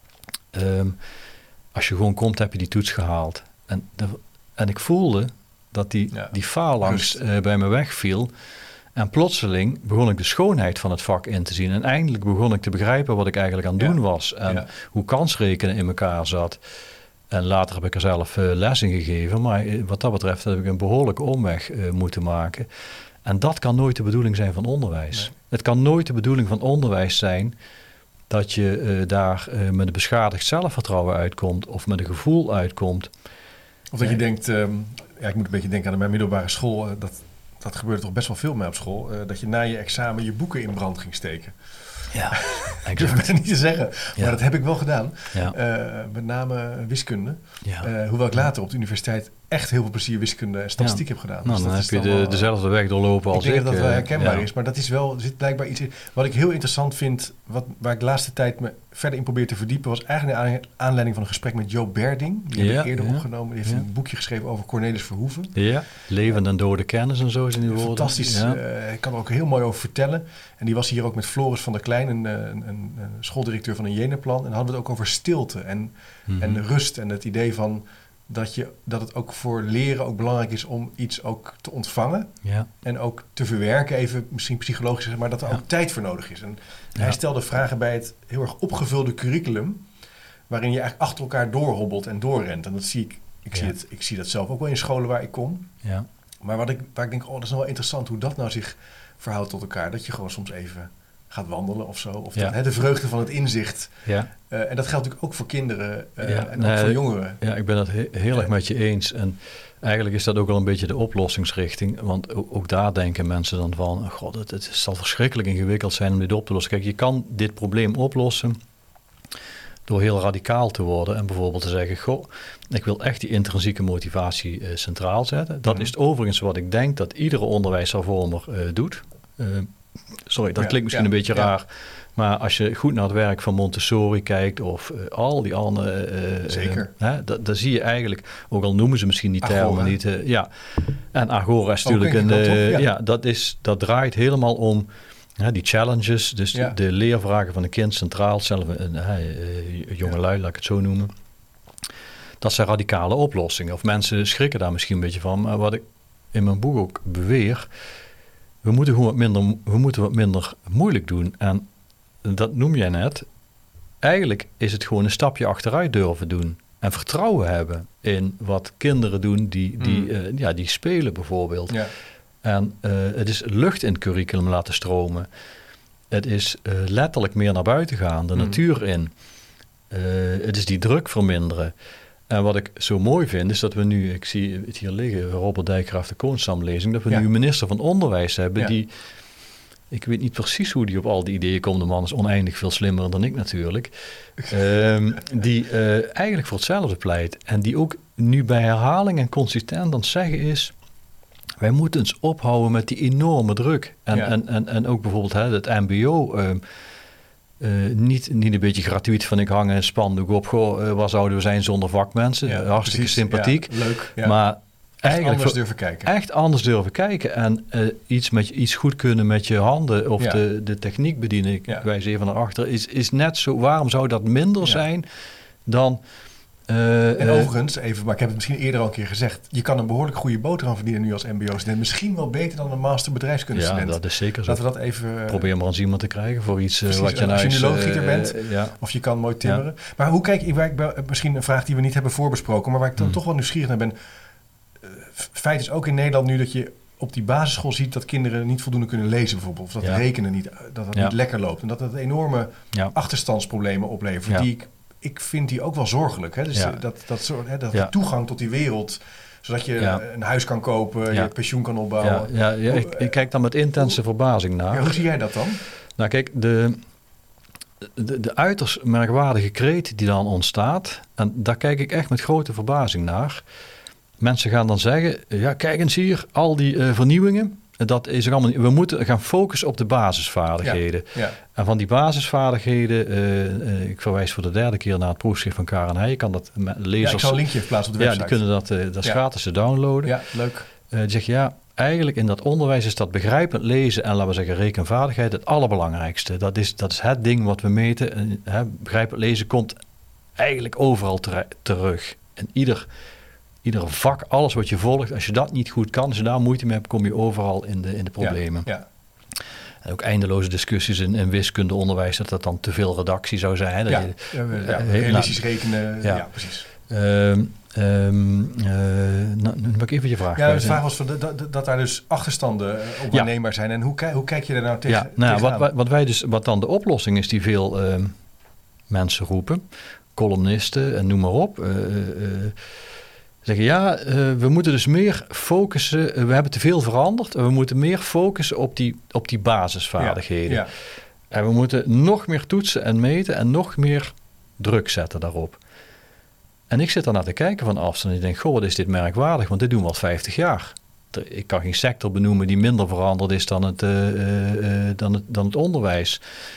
Speaker 3: Um, als je gewoon komt, heb je die toets gehaald. En, de, en ik voelde dat die, ja, die phalanx uh, bij me wegviel. En plotseling begon ik de schoonheid van het vak in te zien. En eindelijk begon ik te begrijpen wat ik eigenlijk aan het doen ja. was. En ja. hoe kansrekenen in elkaar zat. En later heb ik er zelf uh, les in gegeven. Maar wat dat betreft heb ik een behoorlijke omweg uh, moeten maken. En dat kan nooit de bedoeling zijn van onderwijs. Nee. Het kan nooit de bedoeling van onderwijs zijn dat je uh, daar uh, met een beschadigd zelfvertrouwen uitkomt. Of met een gevoel uitkomt.
Speaker 2: Of dat je denkt, um, ja, ik moet een beetje denken aan mijn middelbare school. Uh, dat, dat gebeurde toch best wel veel mee op school. Uh, dat je na je examen je boeken in brand ging steken.
Speaker 3: Ja,
Speaker 2: ik durf het niet te zeggen, maar ja. dat heb ik wel gedaan.
Speaker 3: Ja.
Speaker 2: Uh, met name wiskunde.
Speaker 3: Ja.
Speaker 2: Uh, hoewel ik later op de universiteit echt heel veel plezier wiskunde en statistiek ja. heb gedaan.
Speaker 3: Nou,
Speaker 2: dus
Speaker 3: dan
Speaker 2: dat
Speaker 3: heb
Speaker 2: is
Speaker 3: je de,
Speaker 2: wel,
Speaker 3: dezelfde weg doorlopen als ik.
Speaker 2: Ik denk dat dat wel herkenbaar
Speaker 3: ja.
Speaker 2: is, maar dat is wel, er zit blijkbaar iets in. Wat ik heel interessant vind, wat, waar ik de laatste tijd me verder in probeer te verdiepen, was eigenlijk naar aanleiding van een gesprek met Joop Berding. Die
Speaker 3: ja,
Speaker 2: heb ik eerder
Speaker 3: ja.
Speaker 2: opgenomen. Die heeft ja. een boekje geschreven over Cornelis Verhoeven.
Speaker 3: Ja, levend en dode kennis en zo zijn die woorden.
Speaker 2: Fantastisch.
Speaker 3: Ja.
Speaker 2: Uh, ik kan er ook heel mooi over vertellen. En die was hier ook met Floris van der Klein, een, een, een, een schooldirecteur van een Jenaplan. En dan hadden we het ook over stilte en, mm-hmm. en rust en het idee van dat, je, dat het ook voor leren ook belangrijk is om iets ook te ontvangen.
Speaker 3: Ja.
Speaker 2: En ook te verwerken, even misschien psychologisch, maar dat er ja. ook tijd voor nodig is. En ja. hij stelde vragen bij het heel erg opgevulde curriculum, waarin je eigenlijk achter elkaar doorhobbelt en doorrent. En dat zie ik, ik, ja. zie, het, ik zie dat zelf ook wel in scholen waar ik kom.
Speaker 3: Ja.
Speaker 2: Maar wat ik, waar ik denk, oh, dat is nou wel interessant hoe dat nou zich verhoudt tot elkaar. Dat je gewoon soms even gaat wandelen of zo. Of
Speaker 3: ja.
Speaker 2: dat, hè, de vreugde van het inzicht.
Speaker 3: Ja.
Speaker 2: Uh, en dat geldt natuurlijk ook voor kinderen uh,
Speaker 3: ja,
Speaker 2: en
Speaker 3: nee,
Speaker 2: ook voor jongeren.
Speaker 3: Ja, ik ben het he- heel erg met je eens. En eigenlijk is dat ook wel een beetje de oplossingsrichting. Want ook, ook daar denken mensen dan van, god, het, het zal verschrikkelijk ingewikkeld zijn om dit op te lossen. Kijk, je kan dit probleem oplossen door heel radicaal te worden en bijvoorbeeld te zeggen, goh, ik wil echt die intrinsieke motivatie uh, centraal zetten. Dat mm-hmm. is overigens wat ik denk dat iedere onderwijshervormer uh, doet. Uh, sorry, dat ja, klinkt misschien ja, een beetje ja. raar. Maar als je goed naar het werk van Montessori kijkt of uh, al die andere... Uh,
Speaker 2: Zeker.
Speaker 3: Uh, hè, dat, dat zie je eigenlijk, ook al noemen ze misschien die termen niet. Uh, ja. En Agora is natuurlijk een... Uh, ja, ja dat, is, dat draait helemaal om ja, die challenges. Dus ja. de, de leervragen van een kind centraal. Zelf een uh, jonge lui, laat ik het zo noemen. Dat zijn radicale oplossingen. Of mensen schrikken daar misschien een beetje van. Maar wat ik in mijn boek ook beweer, we moeten gewoon wat minder, we moeten wat minder moeilijk doen. En dat noem jij net. Eigenlijk is het gewoon een stapje achteruit durven doen. En vertrouwen hebben in wat kinderen doen die, die, mm. uh, ja, die spelen bijvoorbeeld. Ja. En uh, het is lucht in het curriculum laten stromen. Het is uh, letterlijk meer naar buiten gaan, de mm. natuur in. Uh, het is die druk verminderen. En wat ik zo mooi vind, is dat we nu, ik zie het hier liggen, Robert Dijkgraaf de Koonstamlezing, dat we ja. nu een minister van Onderwijs hebben ja. die, ik weet niet precies hoe die op al die ideeën komt, de man is oneindig veel slimmer dan ik natuurlijk, um, die uh, eigenlijk voor hetzelfde pleit. En die ook nu bij herhaling en consistent aan het zeggen is, wij moeten eens ophouden met die enorme druk. En, ja. en, en, en ook bijvoorbeeld hè, het M B O... Uh, Uh, niet, niet een beetje gratuit van ik hang een spandoek op. Goh, uh, waar zouden we zijn zonder vakmensen? Ja, hartstikke precies, sympathiek.
Speaker 2: Ja, leuk. Ja.
Speaker 3: Maar
Speaker 2: echt
Speaker 3: eigenlijk
Speaker 2: anders durven kijken.
Speaker 3: Echt anders durven kijken. En uh, iets, met, iets goed kunnen met je handen of ja. de, de techniek bedienen. Ik ja. wijs even naar achter. Is, is net zo. Waarom zou dat minder ja. zijn dan Uh,
Speaker 2: en
Speaker 3: uh,
Speaker 2: overigens, even, maar ik heb het misschien eerder al een keer gezegd. Je kan een behoorlijk goede boterham verdienen nu als mbo-student. Misschien wel beter dan een master bedrijfskunde-student.
Speaker 3: Ja, dat is zeker zo.
Speaker 2: Laten we dat even... Uh,
Speaker 3: Probeer maar eens iemand te krijgen voor iets uh,
Speaker 2: precies,
Speaker 3: wat je
Speaker 2: als
Speaker 3: nou
Speaker 2: je nu loodgieter bent,
Speaker 3: uh, ja.
Speaker 2: of je kan mooi timmeren. Ja. Maar hoe kijk je, waar ik, misschien een vraag die we niet hebben voorbesproken, maar waar ik dan hmm. toch wel nieuwsgierig naar ben. Uh, feit is ook in Nederland nu dat je op die basisschool ziet dat kinderen niet voldoende kunnen lezen bijvoorbeeld. Of dat ja. rekenen niet, dat het ja. niet lekker loopt. En dat dat enorme ja. achterstandsproblemen oplevert. Ja. Die ik, ik vind die ook wel zorgelijk. Hè? Dus ja. dat, dat, soort, hè, dat ja. toegang tot die wereld, zodat je ja. een huis kan kopen, ja. je pensioen kan opbouwen.
Speaker 3: Ja, ja, ja, ik, ik kijk dan met intense hoe, verbazing naar.
Speaker 2: Ja, hoe zie jij dat dan?
Speaker 3: Nou kijk, de, de, de uiterst merkwaardige kreet die dan ontstaat, en daar kijk ik echt met grote verbazing naar. Mensen gaan dan zeggen, ja kijk eens hier, al die uh, vernieuwingen, dat is er allemaal niet. We moeten gaan focussen op de basisvaardigheden. Ja, ja. En van die basisvaardigheden, uh, uh, ik verwijs voor de derde keer naar het proefschrift van Karen Heij. Je kan dat met lezers... Ja,
Speaker 2: ik zal een linkje plaatsen op de website.
Speaker 3: Ja, die kunnen dat, uh, dat is ja. gratis te downloaden.
Speaker 2: Ja, leuk.
Speaker 3: Uh, die zegt, ja, eigenlijk in dat onderwijs is dat begrijpend lezen en laten we zeggen rekenvaardigheid het allerbelangrijkste. Dat is, dat is het ding wat we meten. En, hè, begrijpend lezen komt eigenlijk overal ter- terug. En ieder... Ieder vak, alles wat je volgt, als je dat niet goed kan, als je daar moeite mee hebt, kom je overal in de, in de problemen. Ja, ja. En ook eindeloze discussies in, in wiskundeonderwijs, dat dat dan te veel redactie zou zijn. Hè? Dat
Speaker 2: ja,
Speaker 3: je,
Speaker 2: ja, ja uh, realistisch nou, rekenen, ja, ja precies.
Speaker 3: Um, um, uh, nou, nu heb ik even je vraag.
Speaker 2: Ja, de vraag was van de, dat, dat daar dus achterstanden op waarneembaar ja. zijn. En hoe, hoe kijk je daar nou tegen,
Speaker 3: ja, nou,
Speaker 2: tegenaan?
Speaker 3: Wat, wat, wij dus, wat dan de oplossing is die veel uh, mensen roepen, columnisten en noem maar op... Uh, uh, Zeggen ja, uh, we moeten dus meer focussen. Uh, we hebben te veel veranderd. We moeten meer focussen op die, op die basisvaardigheden. Ja, ja. En we moeten nog meer toetsen en meten en nog meer druk zetten daarop. En ik zit daarnaar te kijken van afstand en ik denk, goh, wat is dit merkwaardig? Want dit doen we al vijftig jaar. Ik kan geen sector benoemen die minder veranderd is dan het, uh, uh, dan het, dan het onderwijs.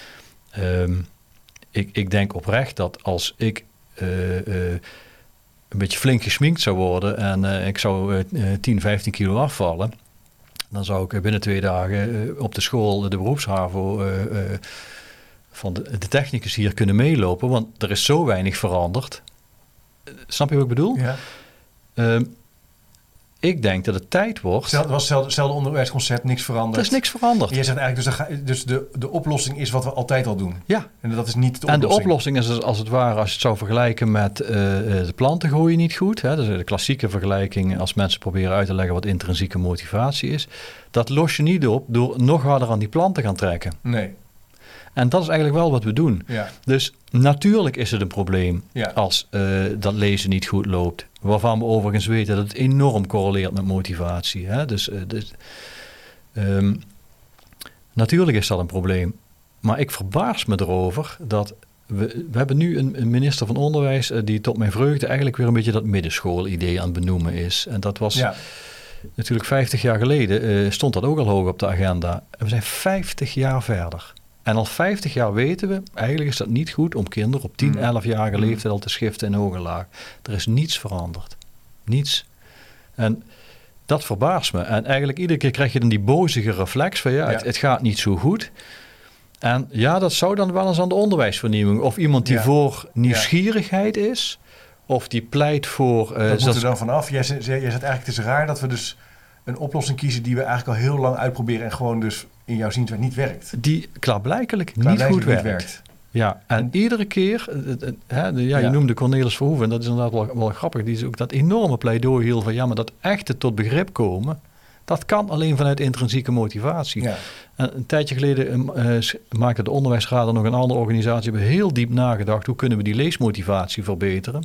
Speaker 3: Um, ik, ik denk oprecht dat als ik... Uh, uh, een beetje flink gesminkt zou worden en uh, ik zou uh, tien, vijftien kilo afvallen, dan zou ik binnen twee dagen uh, op de school de beroepshavo uh, uh, van de, de technicus hier kunnen meelopen, want er is zo weinig veranderd. Uh, snap je wat ik bedoel?
Speaker 2: Ja.
Speaker 3: Uh, ik denk dat het tijd wordt...
Speaker 2: Het was hetzelfde onderwijsconcept, niks veranderd.
Speaker 3: Er is niks veranderd.
Speaker 2: En je zegt eigenlijk, dus, de, dus de, de oplossing is wat we altijd al doen.
Speaker 3: Ja.
Speaker 2: En dat is niet de
Speaker 3: oplossing. En de
Speaker 2: oplossing
Speaker 3: is als het ware, als je het zou vergelijken met uh, de planten groeien niet goed. Hè? Dat is de klassieke vergelijking als mensen proberen uit te leggen wat intrinsieke motivatie is. Dat los je niet op door nog harder aan die planten te gaan trekken.
Speaker 2: Nee.
Speaker 3: En dat is eigenlijk wel wat we doen.
Speaker 2: Ja.
Speaker 3: Dus natuurlijk is het een probleem ja. als uh, dat lezen niet goed loopt. Waarvan we overigens weten dat het enorm correleert met motivatie. Hè? Dus, uh, dus um, natuurlijk is dat een probleem. Maar ik verbaas me erover dat we, we hebben nu een, een minister van Onderwijs uh, die tot mijn vreugde eigenlijk weer een beetje dat middenschoolidee aan het benoemen is. En dat was ja. natuurlijk vijftig jaar geleden uh, stond dat ook al hoog op de agenda. En we zijn vijftig jaar verder. En al vijftig jaar weten we, eigenlijk is dat niet goed om kinderen op tien, elfjarige leeftijd al te schiften in hoge laag. Er is niets veranderd. Niets. En dat verbaast me. En eigenlijk iedere keer krijg je dan die bozige reflex van ja, ja. Het, het gaat niet zo goed. En ja, dat zou dan wel eens aan de onderwijsvernieuwing. Of iemand die ja. voor nieuwsgierigheid is, of die pleit voor...
Speaker 2: Uh, dat moet er dan vanaf. Jij zegt eigenlijk, het is raar dat we dus een oplossing kiezen die we eigenlijk al heel lang uitproberen en gewoon dus in jouw zin niet werkt.
Speaker 3: Die klaarblijkelijk, klaarblijkelijk niet goed
Speaker 2: niet
Speaker 3: werkt.
Speaker 2: werkt.
Speaker 3: Ja, en, en iedere keer, uh, uh, hè, de, ja, je ja. noemde Cornelis Verhoeven, en dat is inderdaad wel, wel grappig, die is ook dat enorme pleidooi hield van ja, maar dat echte tot begrip komen, dat kan alleen vanuit intrinsieke motivatie. Ja. En een tijdje geleden uh, maakte de onderwijsraad en nog een andere organisatie hebben heel diep nagedacht, hoe kunnen we die leesmotivatie verbeteren?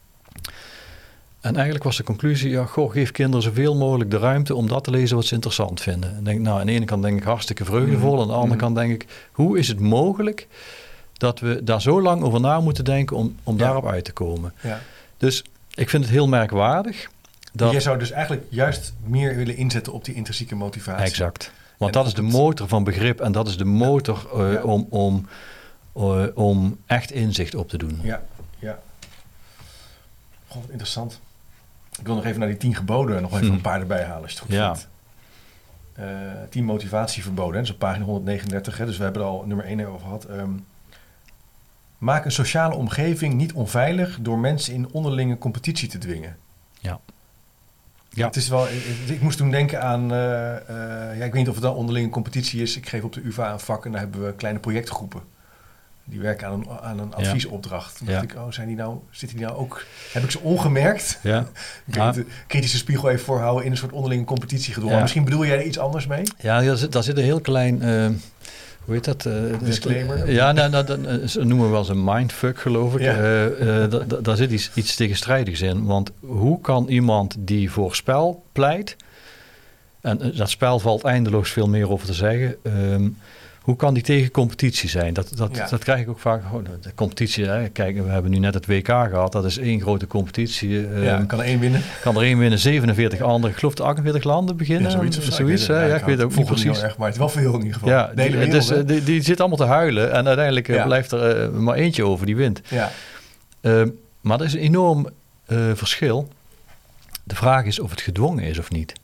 Speaker 3: En eigenlijk was de conclusie, ja, goh, geef kinderen zoveel mogelijk de ruimte om dat te lezen wat ze interessant vinden. En denk, nou, aan de ene kant denk ik hartstikke vreugdevol, mm-hmm. aan de andere kant denk ik, hoe is het mogelijk dat we daar zo lang over na moeten denken om, om ja. daarop uit te komen? Ja. Dus ik vind het heel merkwaardig. Dat...
Speaker 2: Jij zou dus eigenlijk juist meer willen inzetten op die intrinsieke motivatie.
Speaker 3: Exact. Want en dat is de motor van begrip en dat is de motor ja. Uh, ja. om, om, uh, om echt inzicht op te doen.
Speaker 2: Ja, ja. Goh, interessant. Ik wil nog even naar die tien geboden nog even hmm. een paar erbij halen, als je het goed
Speaker 3: ja.
Speaker 2: vindt. Uh, tien motivatieverboden, dat is op pagina honderdnegenendertig. Hè, dus we hebben er al nummer één over gehad. Um, Maak een sociale omgeving niet onveilig door mensen in onderlinge competitie te dwingen.
Speaker 3: Ja. Ja.
Speaker 2: Het is wel, ik moest toen denken aan, uh, uh, ja, ik weet niet of het dan onderlinge competitie is. Ik geef op de U vA een vak en daar hebben we kleine projectgroepen. Die werken aan een, aan een adviesopdracht. Toen
Speaker 3: ja.
Speaker 2: dacht ik, oh, zijn die nou, zitten die nou ook, heb ik ze ongemerkt?
Speaker 3: Ja.
Speaker 2: Ik kan de kritische spiegel even voorhouden in een soort onderlinge competitie gedwongen. Ja. Misschien bedoel jij er iets anders mee?
Speaker 3: Ja, daar zit, daar zit een heel klein... Uh... Hoe heet dat? Uh,
Speaker 2: Disclaimer?
Speaker 3: Ja, nou, nou, dat ze noemen we wel eens een mindfuck, geloof ik. Ja. Uh, uh, da, da, daar zit iets, iets tegenstrijdigs in. Want hoe kan iemand die voor spel pleit... en uh, dat spel valt eindeloos veel meer over te zeggen... Um, hoe kan die tegen competitie zijn? Dat, dat, ja. dat krijg ik ook vaak. Oh, de competitie, hè. Kijk, we hebben nu net het W K gehad. Dat is één grote competitie. Uh,
Speaker 2: ja, kan er één winnen.
Speaker 3: Kan er één winnen, zevenenveertig anderen. Ik geloof de achtenveertig landen beginnen.
Speaker 2: Ja, zoiets of zo.
Speaker 3: zoiets,
Speaker 2: ik weet,
Speaker 3: hè? Ja, ik weet het ook niet precies.
Speaker 2: Niet erg, maar het is wel veel in ieder geval.
Speaker 3: Ja,
Speaker 2: de hele wereld,
Speaker 3: dus, uh, die, die zit allemaal te huilen. En uiteindelijk uh, ja. blijft er uh, maar eentje over die wint.
Speaker 2: Ja.
Speaker 3: Uh, maar er is een enorm uh, verschil. De vraag is of het gedwongen is of niet.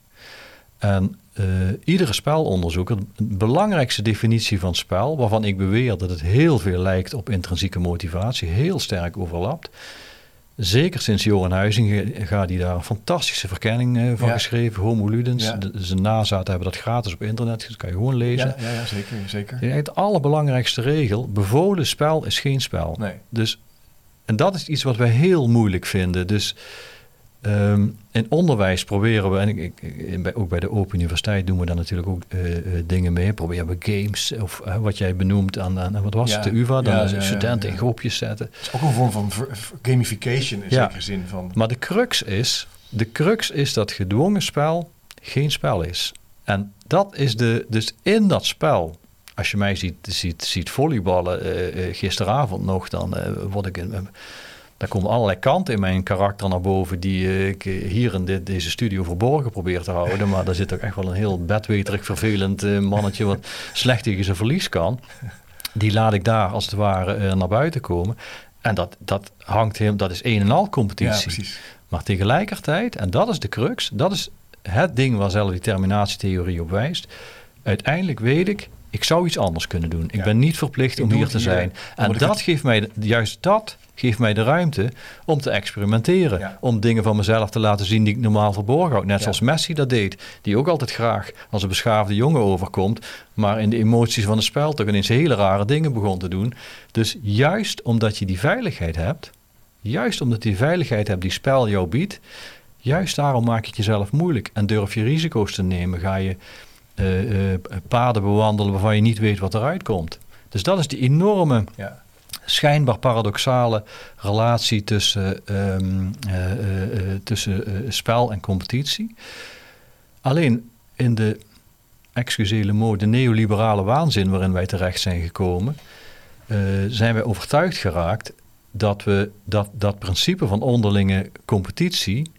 Speaker 3: En uh, iedere spelonderzoeker, de belangrijkste definitie van spel, waarvan ik beweer dat het heel veel lijkt op intrinsieke motivatie, heel sterk overlapt. Zeker sinds Johan Huizinga, die daar een fantastische verkenning uh, van ja. geschreven, Homo Ludens. Ja. De, zijn nazaten hebben dat gratis op internet, dat kan je gewoon lezen.
Speaker 2: Ja, ja, ja zeker. zeker.
Speaker 3: De allerbelangrijkste regel, bevolen spel is geen spel.
Speaker 2: Nee.
Speaker 3: Dus, en dat is iets wat wij heel moeilijk vinden. Dus Um, in onderwijs proberen we, en ik, ik, ook bij de Open Universiteit doen we daar natuurlijk ook uh, uh, dingen mee. Proberen we games, of uh, wat jij benoemt aan, aan wat was
Speaker 2: ja,
Speaker 3: het, de U vA, dan
Speaker 2: ja,
Speaker 3: ja, studenten ja, ja.
Speaker 2: in
Speaker 3: groepjes zetten.
Speaker 2: Het is ook een vorm van gamification in ja. zekere zin. Van.
Speaker 3: Maar de crux is, de crux is dat gedwongen spel geen spel is. En dat is de, dus in dat spel, als je mij ziet, ziet, ziet volleyballen uh, uh, gisteravond nog, dan uh, word ik een... Uh, Daar komen allerlei kanten in mijn karakter naar boven die ik hier in dit, deze studio verborgen probeer te houden. Maar daar zit ook echt wel een heel bedweterig, vervelend mannetje wat slecht tegen zijn verlies kan. Die laat ik daar als het ware naar buiten komen. En dat, dat hangt heel, dat is een en al competitie.
Speaker 2: Ja, precies.
Speaker 3: Maar tegelijkertijd, en dat is de crux, dat is het ding waar zelf die terminatietheorie op wijst. Uiteindelijk weet ik, ik zou iets anders kunnen doen. Ik ja. ben niet verplicht ik om hier te hier, zijn. En dat het... geeft mij, juist dat geeft mij de ruimte om te experimenteren. Ja. Om dingen van mezelf te laten zien die ik normaal verborgen houd. Net ja. zoals Messi dat deed. Die ook altijd graag als een beschaafde jongen overkomt. Maar in de emoties van het spel toch ineens hele rare dingen begon te doen. Dus juist omdat je die veiligheid hebt. Juist omdat je die veiligheid hebt die spel jou biedt. Juist daarom maak je het jezelf moeilijk. En durf je risico's te nemen. Ga je uh, uh, paden bewandelen waarvan je niet weet wat eruit komt. Dus dat is die enorme... Ja. schijnbaar paradoxale relatie tussen, um, uh, uh, uh, tussen uh, spel en competitie. Alleen in de, excusez le mot, de neoliberale waanzin waarin wij terecht zijn gekomen, uh, zijn wij overtuigd geraakt dat we dat, dat principe van onderlinge competitie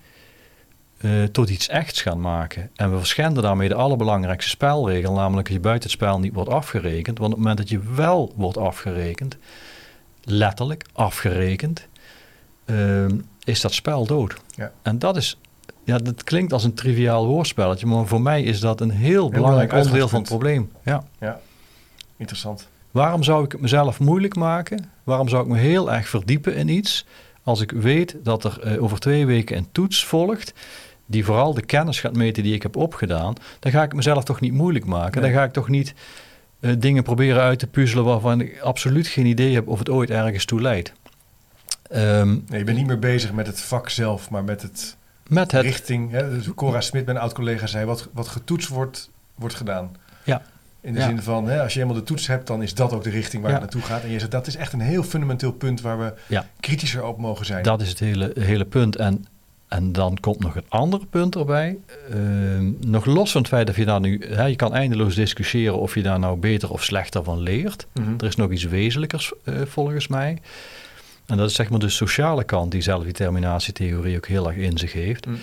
Speaker 3: uh, tot iets echts gaan maken. En we verschenden daarmee de allerbelangrijkste spelregel, namelijk dat je buiten het spel niet wordt afgerekend. Want op het moment dat je wel wordt afgerekend, letterlijk afgerekend, uh, is dat spel dood. Ja. En dat is, ja, dat klinkt als een triviaal woordspelletje, maar voor mij is dat een heel, heel belangrijk onderdeel van het probleem. Ja.
Speaker 2: Ja, interessant.
Speaker 3: Waarom zou ik het mezelf moeilijk maken? Waarom zou ik me heel erg verdiepen in iets, als ik weet dat er uh, over twee weken een toets volgt, die vooral de kennis gaat meten die ik heb opgedaan, dan ga ik mezelf toch niet moeilijk maken. Nee. Dan ga ik toch niet Uh, dingen proberen uit te puzzelen waarvan ik absoluut geen idee heb of het ooit ergens toe leidt. Um,
Speaker 2: nee, je bent niet meer bezig met het vak zelf, maar met het
Speaker 3: met het
Speaker 2: richting. Hè? Dus Cora Smit, mijn oud-collega, zei wat, wat getoetst wordt, wordt gedaan.
Speaker 3: Ja.
Speaker 2: In de
Speaker 3: ja.
Speaker 2: zin van, hè, als je eenmaal de toets hebt, dan is dat ook de richting waar ja. het naartoe gaat. En je zegt, dat is echt een heel fundamenteel punt waar we ja. kritischer op mogen zijn.
Speaker 3: Dat is het hele, hele punt. En En dan komt nog een ander punt erbij. Uh, nog los van het feit dat je daar nu... Hè, je kan eindeloos discussiëren of je daar nou beter of slechter van leert. Mm-hmm. Er is nog iets wezenlijkers uh, volgens mij. En dat is zeg maar de sociale kant die zelf die terminatietheorie ook heel erg in zich heeft. Mm.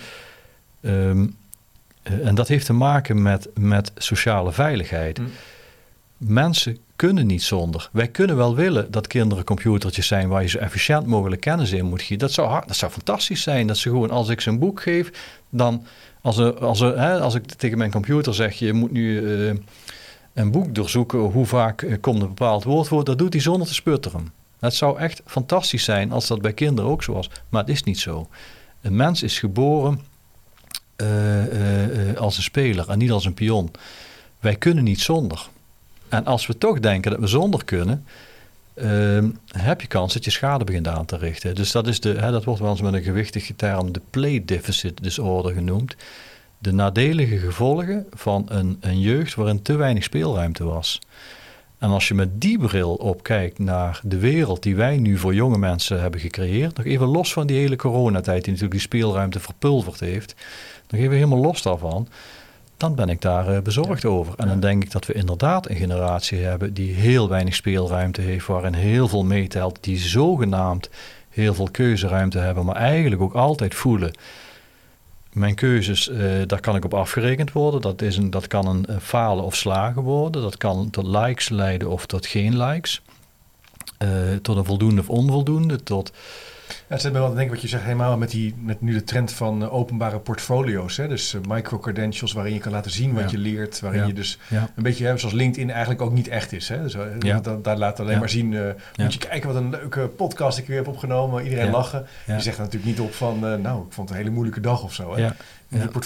Speaker 3: Um, uh, en dat heeft te maken met, met sociale veiligheid. Mm. Mensen kunnen niet zonder. Wij kunnen wel willen dat kinderen computertjes zijn waar je zo efficiënt mogelijk kennis in moet geven. Dat zou, hard, dat zou fantastisch zijn. Dat ze gewoon, als ik ze een boek geef, dan als, er, als, er, hè, als ik tegen mijn computer zeg, je moet nu uh, een boek doorzoeken, hoe vaak uh, komt een bepaald woord voor, dat doet hij zonder te sputteren. Het zou echt fantastisch zijn als dat bij kinderen ook zo was. Maar het is niet zo. Een mens is geboren uh, uh, uh, als een speler en niet als een pion. Wij kunnen niet zonder. En als we toch denken dat we zonder kunnen, uh, heb je kans dat je schade begint aan te richten. Dus dat, is de, hè, dat wordt wel eens met een gewichtige term de play deficit disorder genoemd. De nadelige gevolgen van een, een jeugd waarin te weinig speelruimte was. En als je met die bril op kijkt naar de wereld die wij nu voor jonge mensen hebben gecreëerd, nog even los van die hele coronatijd die natuurlijk die speelruimte verpulverd heeft, nog even helemaal los daarvan, dan ben ik daar uh, bezorgd ja. over. En ja. dan denk ik dat we inderdaad een generatie hebben die heel weinig speelruimte heeft, waarin heel veel meetelt, die zogenaamd heel veel keuzeruimte hebben, maar eigenlijk ook altijd voelen, mijn keuzes, uh, daar kan ik op afgerekend worden. Dat, is een, dat kan een uh, falen of slagen worden. Dat kan tot likes leiden of tot geen likes. Uh, tot een voldoende of onvoldoende. Tot...
Speaker 2: Ja, het zet me wel te denken wat je zegt helemaal met, die, met nu de trend van uh, openbare portfolio's. Hè? Dus uh, micro-credentials waarin je kan laten zien wat ja. je leert. Waarin ja. je dus ja. een beetje, hè, zoals LinkedIn eigenlijk ook niet echt is. Hè? Dus, uh, ja. da, daar laat alleen ja. maar zien, uh, ja. moet je kijken wat een leuke podcast ik weer heb opgenomen. Iedereen ja. lachen. Ja. Je zegt er natuurlijk niet op van, uh, nou, ik vond het een hele moeilijke dag of zo. Hè? Ja. En die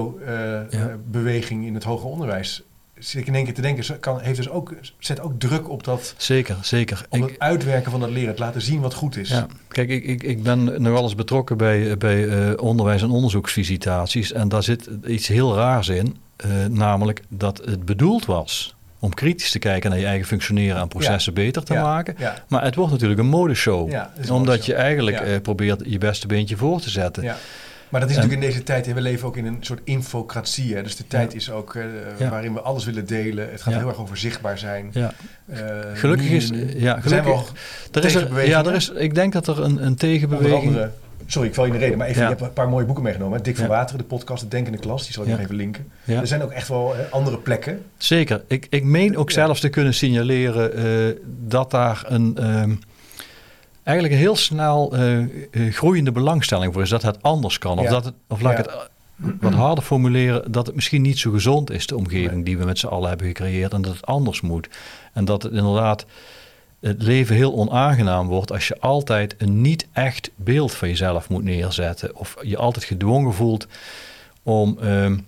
Speaker 2: portfolio-beweging uh, ja. in het hoger onderwijs, zit ik in één keer te denken, kan, heeft dus ook, zet ook druk op dat.
Speaker 3: Zeker, zeker.
Speaker 2: Om
Speaker 3: ik,
Speaker 2: het uitwerken van dat leren, het laten zien wat goed is.
Speaker 3: Ja. Kijk, ik, ik, ik ben nog wel eens betrokken bij, bij uh, onderwijs- en onderzoeksvisitaties. En daar zit iets heel raars in. Uh, namelijk dat het bedoeld was om kritisch te kijken naar je eigen functioneren en processen ja. beter te ja. maken. Ja. Maar het wordt natuurlijk een modeshow. Ja, een omdat modeshow. je eigenlijk ja. uh, probeert je beste beentje voor te zetten. Ja.
Speaker 2: Maar dat is en, natuurlijk in deze tijd, we leven ook in een soort infocratie. Hè? Dus de tijd ja. is ook uh, ja. waarin we alles willen delen. Het gaat ja. heel erg over zichtbaar zijn. Ja.
Speaker 3: Uh, gelukkig is, ja, gelukkig, er is er, ja, er is, ik denk dat er een, een tegenbeweging...
Speaker 2: Andere, sorry, ik val je in de reden, maar even, ja. je hebt een paar mooie boeken meegenomen. Hè? Dick van ja. Wateren, de podcast, De Denkende Klas, die zal ik ja. nog even linken. Ja. Er zijn ook echt wel uh, andere plekken.
Speaker 3: Zeker. Ik, ik meen ook ja. zelfs te kunnen signaleren uh, dat daar een... Um, eigenlijk een heel snel uh, uh, groeiende belangstelling voor is dat het anders kan. Of, ja. dat het, of laat ik ja. het wat harder formuleren, dat het misschien niet zo gezond is, de omgeving nee. die we met z'n allen hebben gecreëerd, en dat het anders moet. En dat het inderdaad het leven heel onaangenaam wordt als je altijd een niet echt beeld van jezelf moet neerzetten. Of je altijd gedwongen voelt om... Um,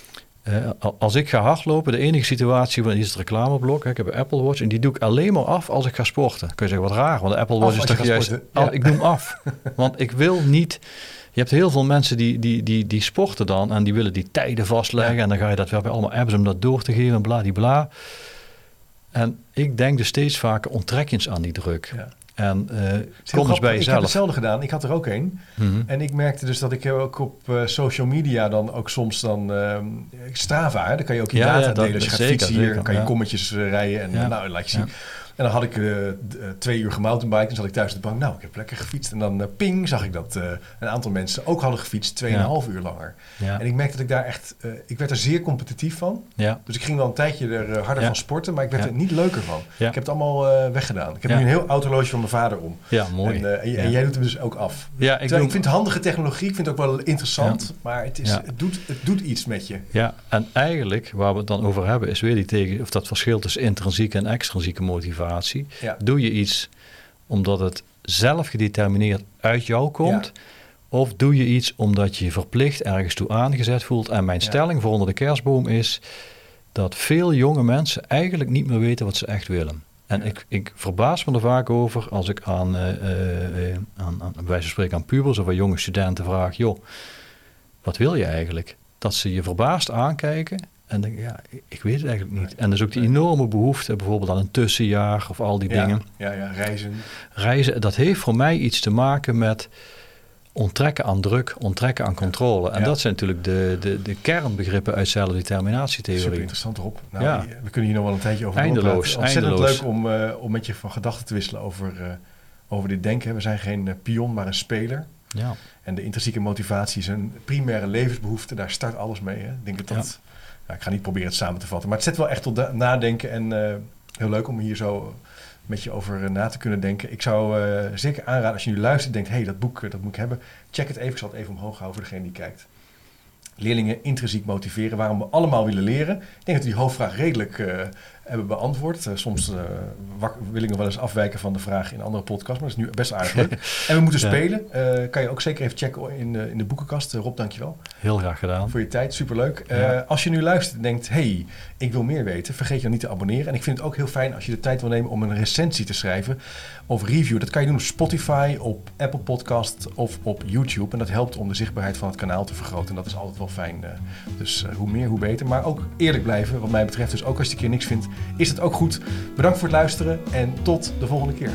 Speaker 3: Uh, als ik ga hardlopen, de enige situatie waarin is het reclameblok. Hè, ik heb een Apple Watch en die doe ik alleen maar af als ik ga sporten. Kun je zeggen, wat raar, want de Apple Watch af, is toch juist... Ja. Al, ik doe hem af, want ik wil niet... Je hebt heel veel mensen die, die, die, die sporten dan en die willen die tijden vastleggen. Ja. En dan ga je dat weer bij allemaal apps om dat door te geven en bladibla. En ik denk dus steeds vaker onttrekkings aan die druk. Ja. En uh, kom eens bij jezelf.
Speaker 2: Ik heb hetzelfde gedaan. Ik had er ook een. Mm-hmm. En ik merkte dus dat ik ook op uh, social media dan ook soms dan... Uh, Strava, hè, dan kan je ook je ja, data ja, delen. Als je gaat zeker, fietsen hier, zeker, dan kan je ja. kommetjes uh, rijden. En ja. nou, laat je zien. Ja. En dan had ik uh, d- uh, twee uur gemountainbiked. Dan zat ik thuis op de bank. Nou, ik heb lekker gefietst. En dan uh, ping, zag ik dat uh, een aantal mensen ook hadden gefietst. Tweeënhalf ja. uur langer. Ja. En ik merkte dat ik daar echt... Uh, ik werd er zeer competitief van. Ja. Dus ik ging wel een tijdje er uh, harder ja. van sporten. Maar ik werd ja. er niet leuker van. Ja. Ik heb het allemaal uh, weggedaan. Ik heb ja. nu een heel oud horloge van mijn vader om.
Speaker 3: Ja, mooi.
Speaker 2: En, uh, en, ja. en jij doet hem dus ook af.
Speaker 3: Ja, ik,
Speaker 2: doe... ik vind handige technologie. Ik vind het ook wel interessant. Ja. Maar het, is, ja. het, doet, het doet iets met je.
Speaker 3: Ja, en eigenlijk waar we het dan over hebben... is weer die tegen, of dat verschil tussen intrinsieke en extrinsieke motivatie... Ja. Doe je iets omdat het zelf gedetermineerd uit jou komt? Ja. Of doe je iets omdat je je verplicht ergens toe aangezet voelt? En mijn ja. stelling voor onder de kerstboom is dat veel jonge mensen eigenlijk niet meer weten wat ze echt willen. En ja. ik, ik verbaas me er vaak over als ik aan, uh, uh, aan, aan bij wijze van spreken aan pubers of aan jonge studenten vraag, joh, wat wil je eigenlijk? Dat ze je verbaasd aankijken. En denk ik, ja, ik weet het eigenlijk niet. En dus ook die enorme behoefte, bijvoorbeeld aan een tussenjaar of al die
Speaker 2: ja,
Speaker 3: dingen.
Speaker 2: Ja, ja, reizen.
Speaker 3: Reizen, dat heeft voor mij iets te maken met onttrekken aan druk, onttrekken aan controle. En ja. dat zijn natuurlijk de, de, de kernbegrippen uit zelfdeterminatietheorie.
Speaker 2: Super interessant, Rob. Nou,
Speaker 3: ja.
Speaker 2: We kunnen hier nog wel een tijdje over
Speaker 3: eindeloos.
Speaker 2: Ontzettend
Speaker 3: eindeloos.
Speaker 2: leuk om, uh, om met je van gedachten te wisselen over, uh, over dit denken. We zijn geen uh, pion, maar een speler. Ja. En de intrinsieke motivatie is een primaire levensbehoefte. Daar start alles mee. Hè. Ik denk dat dat... Ja. Nou, ik ga niet proberen het samen te vatten. Maar het zet wel echt tot da- nadenken. En uh, heel leuk om hier zo met je over uh, na te kunnen denken. Ik zou uh, zeker aanraden als je nu luistert en denkt... hé, hey, dat boek, uh, dat moet ik hebben. Check het even. Ik zal het even omhoog houden voor degene die kijkt. Leerlingen intrinsiek motiveren. Waarom we allemaal willen leren. Ik denk dat we die hoofdvraag redelijk uh, hebben beantwoord. Uh, soms uh, wak- wil ik nog wel eens afwijken van de vraag in andere podcasts, maar dat is nu best aardig leuk. En we moeten ja. spelen. Uh, kan je ook zeker even checken in de, in de boekenkast. Uh, Rob, dankjewel.
Speaker 3: Heel graag gedaan.
Speaker 2: Voor je tijd, superleuk. Uh,
Speaker 3: ja.
Speaker 2: Als je nu luistert en denkt, hey, ik wil meer weten, vergeet je dan niet te abonneren. En ik vind het ook heel fijn als je de tijd wil nemen om een recensie te schrijven of review. Dat kan je doen op Spotify, op Apple Podcast of op YouTube. En dat helpt om de zichtbaarheid van het kanaal te vergroten. En dat is altijd wel fijn. Uh, dus uh, hoe meer, hoe beter. Maar ook eerlijk blijven, wat mij betreft. Dus ook als je een keer niks vindt, is het ook goed. Bedankt voor het luisteren en tot de volgende keer.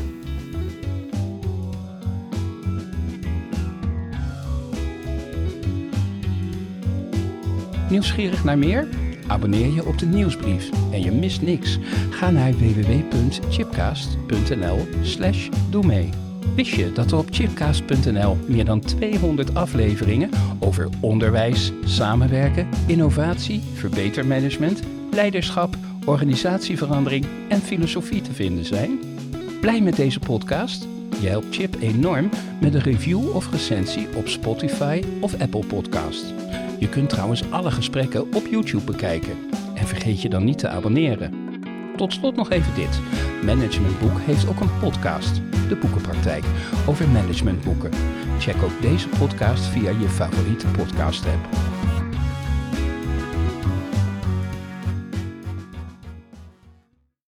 Speaker 4: Nieuwsgierig naar meer? Abonneer je op de nieuwsbrief en je mist niks. Ga naar w w w punt chipcast punt n l slash doe mee. Wist je dat er op chipcast punt n l meer dan tweehonderd afleveringen over onderwijs, samenwerken, innovatie, verbetermanagement, leiderschap, organisatieverandering en filosofie te vinden zijn? Blij met deze podcast? Je helpt Chip enorm met een review of recensie op Spotify of Apple Podcast. Je kunt trouwens alle gesprekken op YouTube bekijken. En vergeet je dan niet te abonneren. Tot slot nog even dit. Managementboek heeft ook een podcast, De Boekenpraktijk, over managementboeken. Check ook deze podcast via je favoriete podcast app.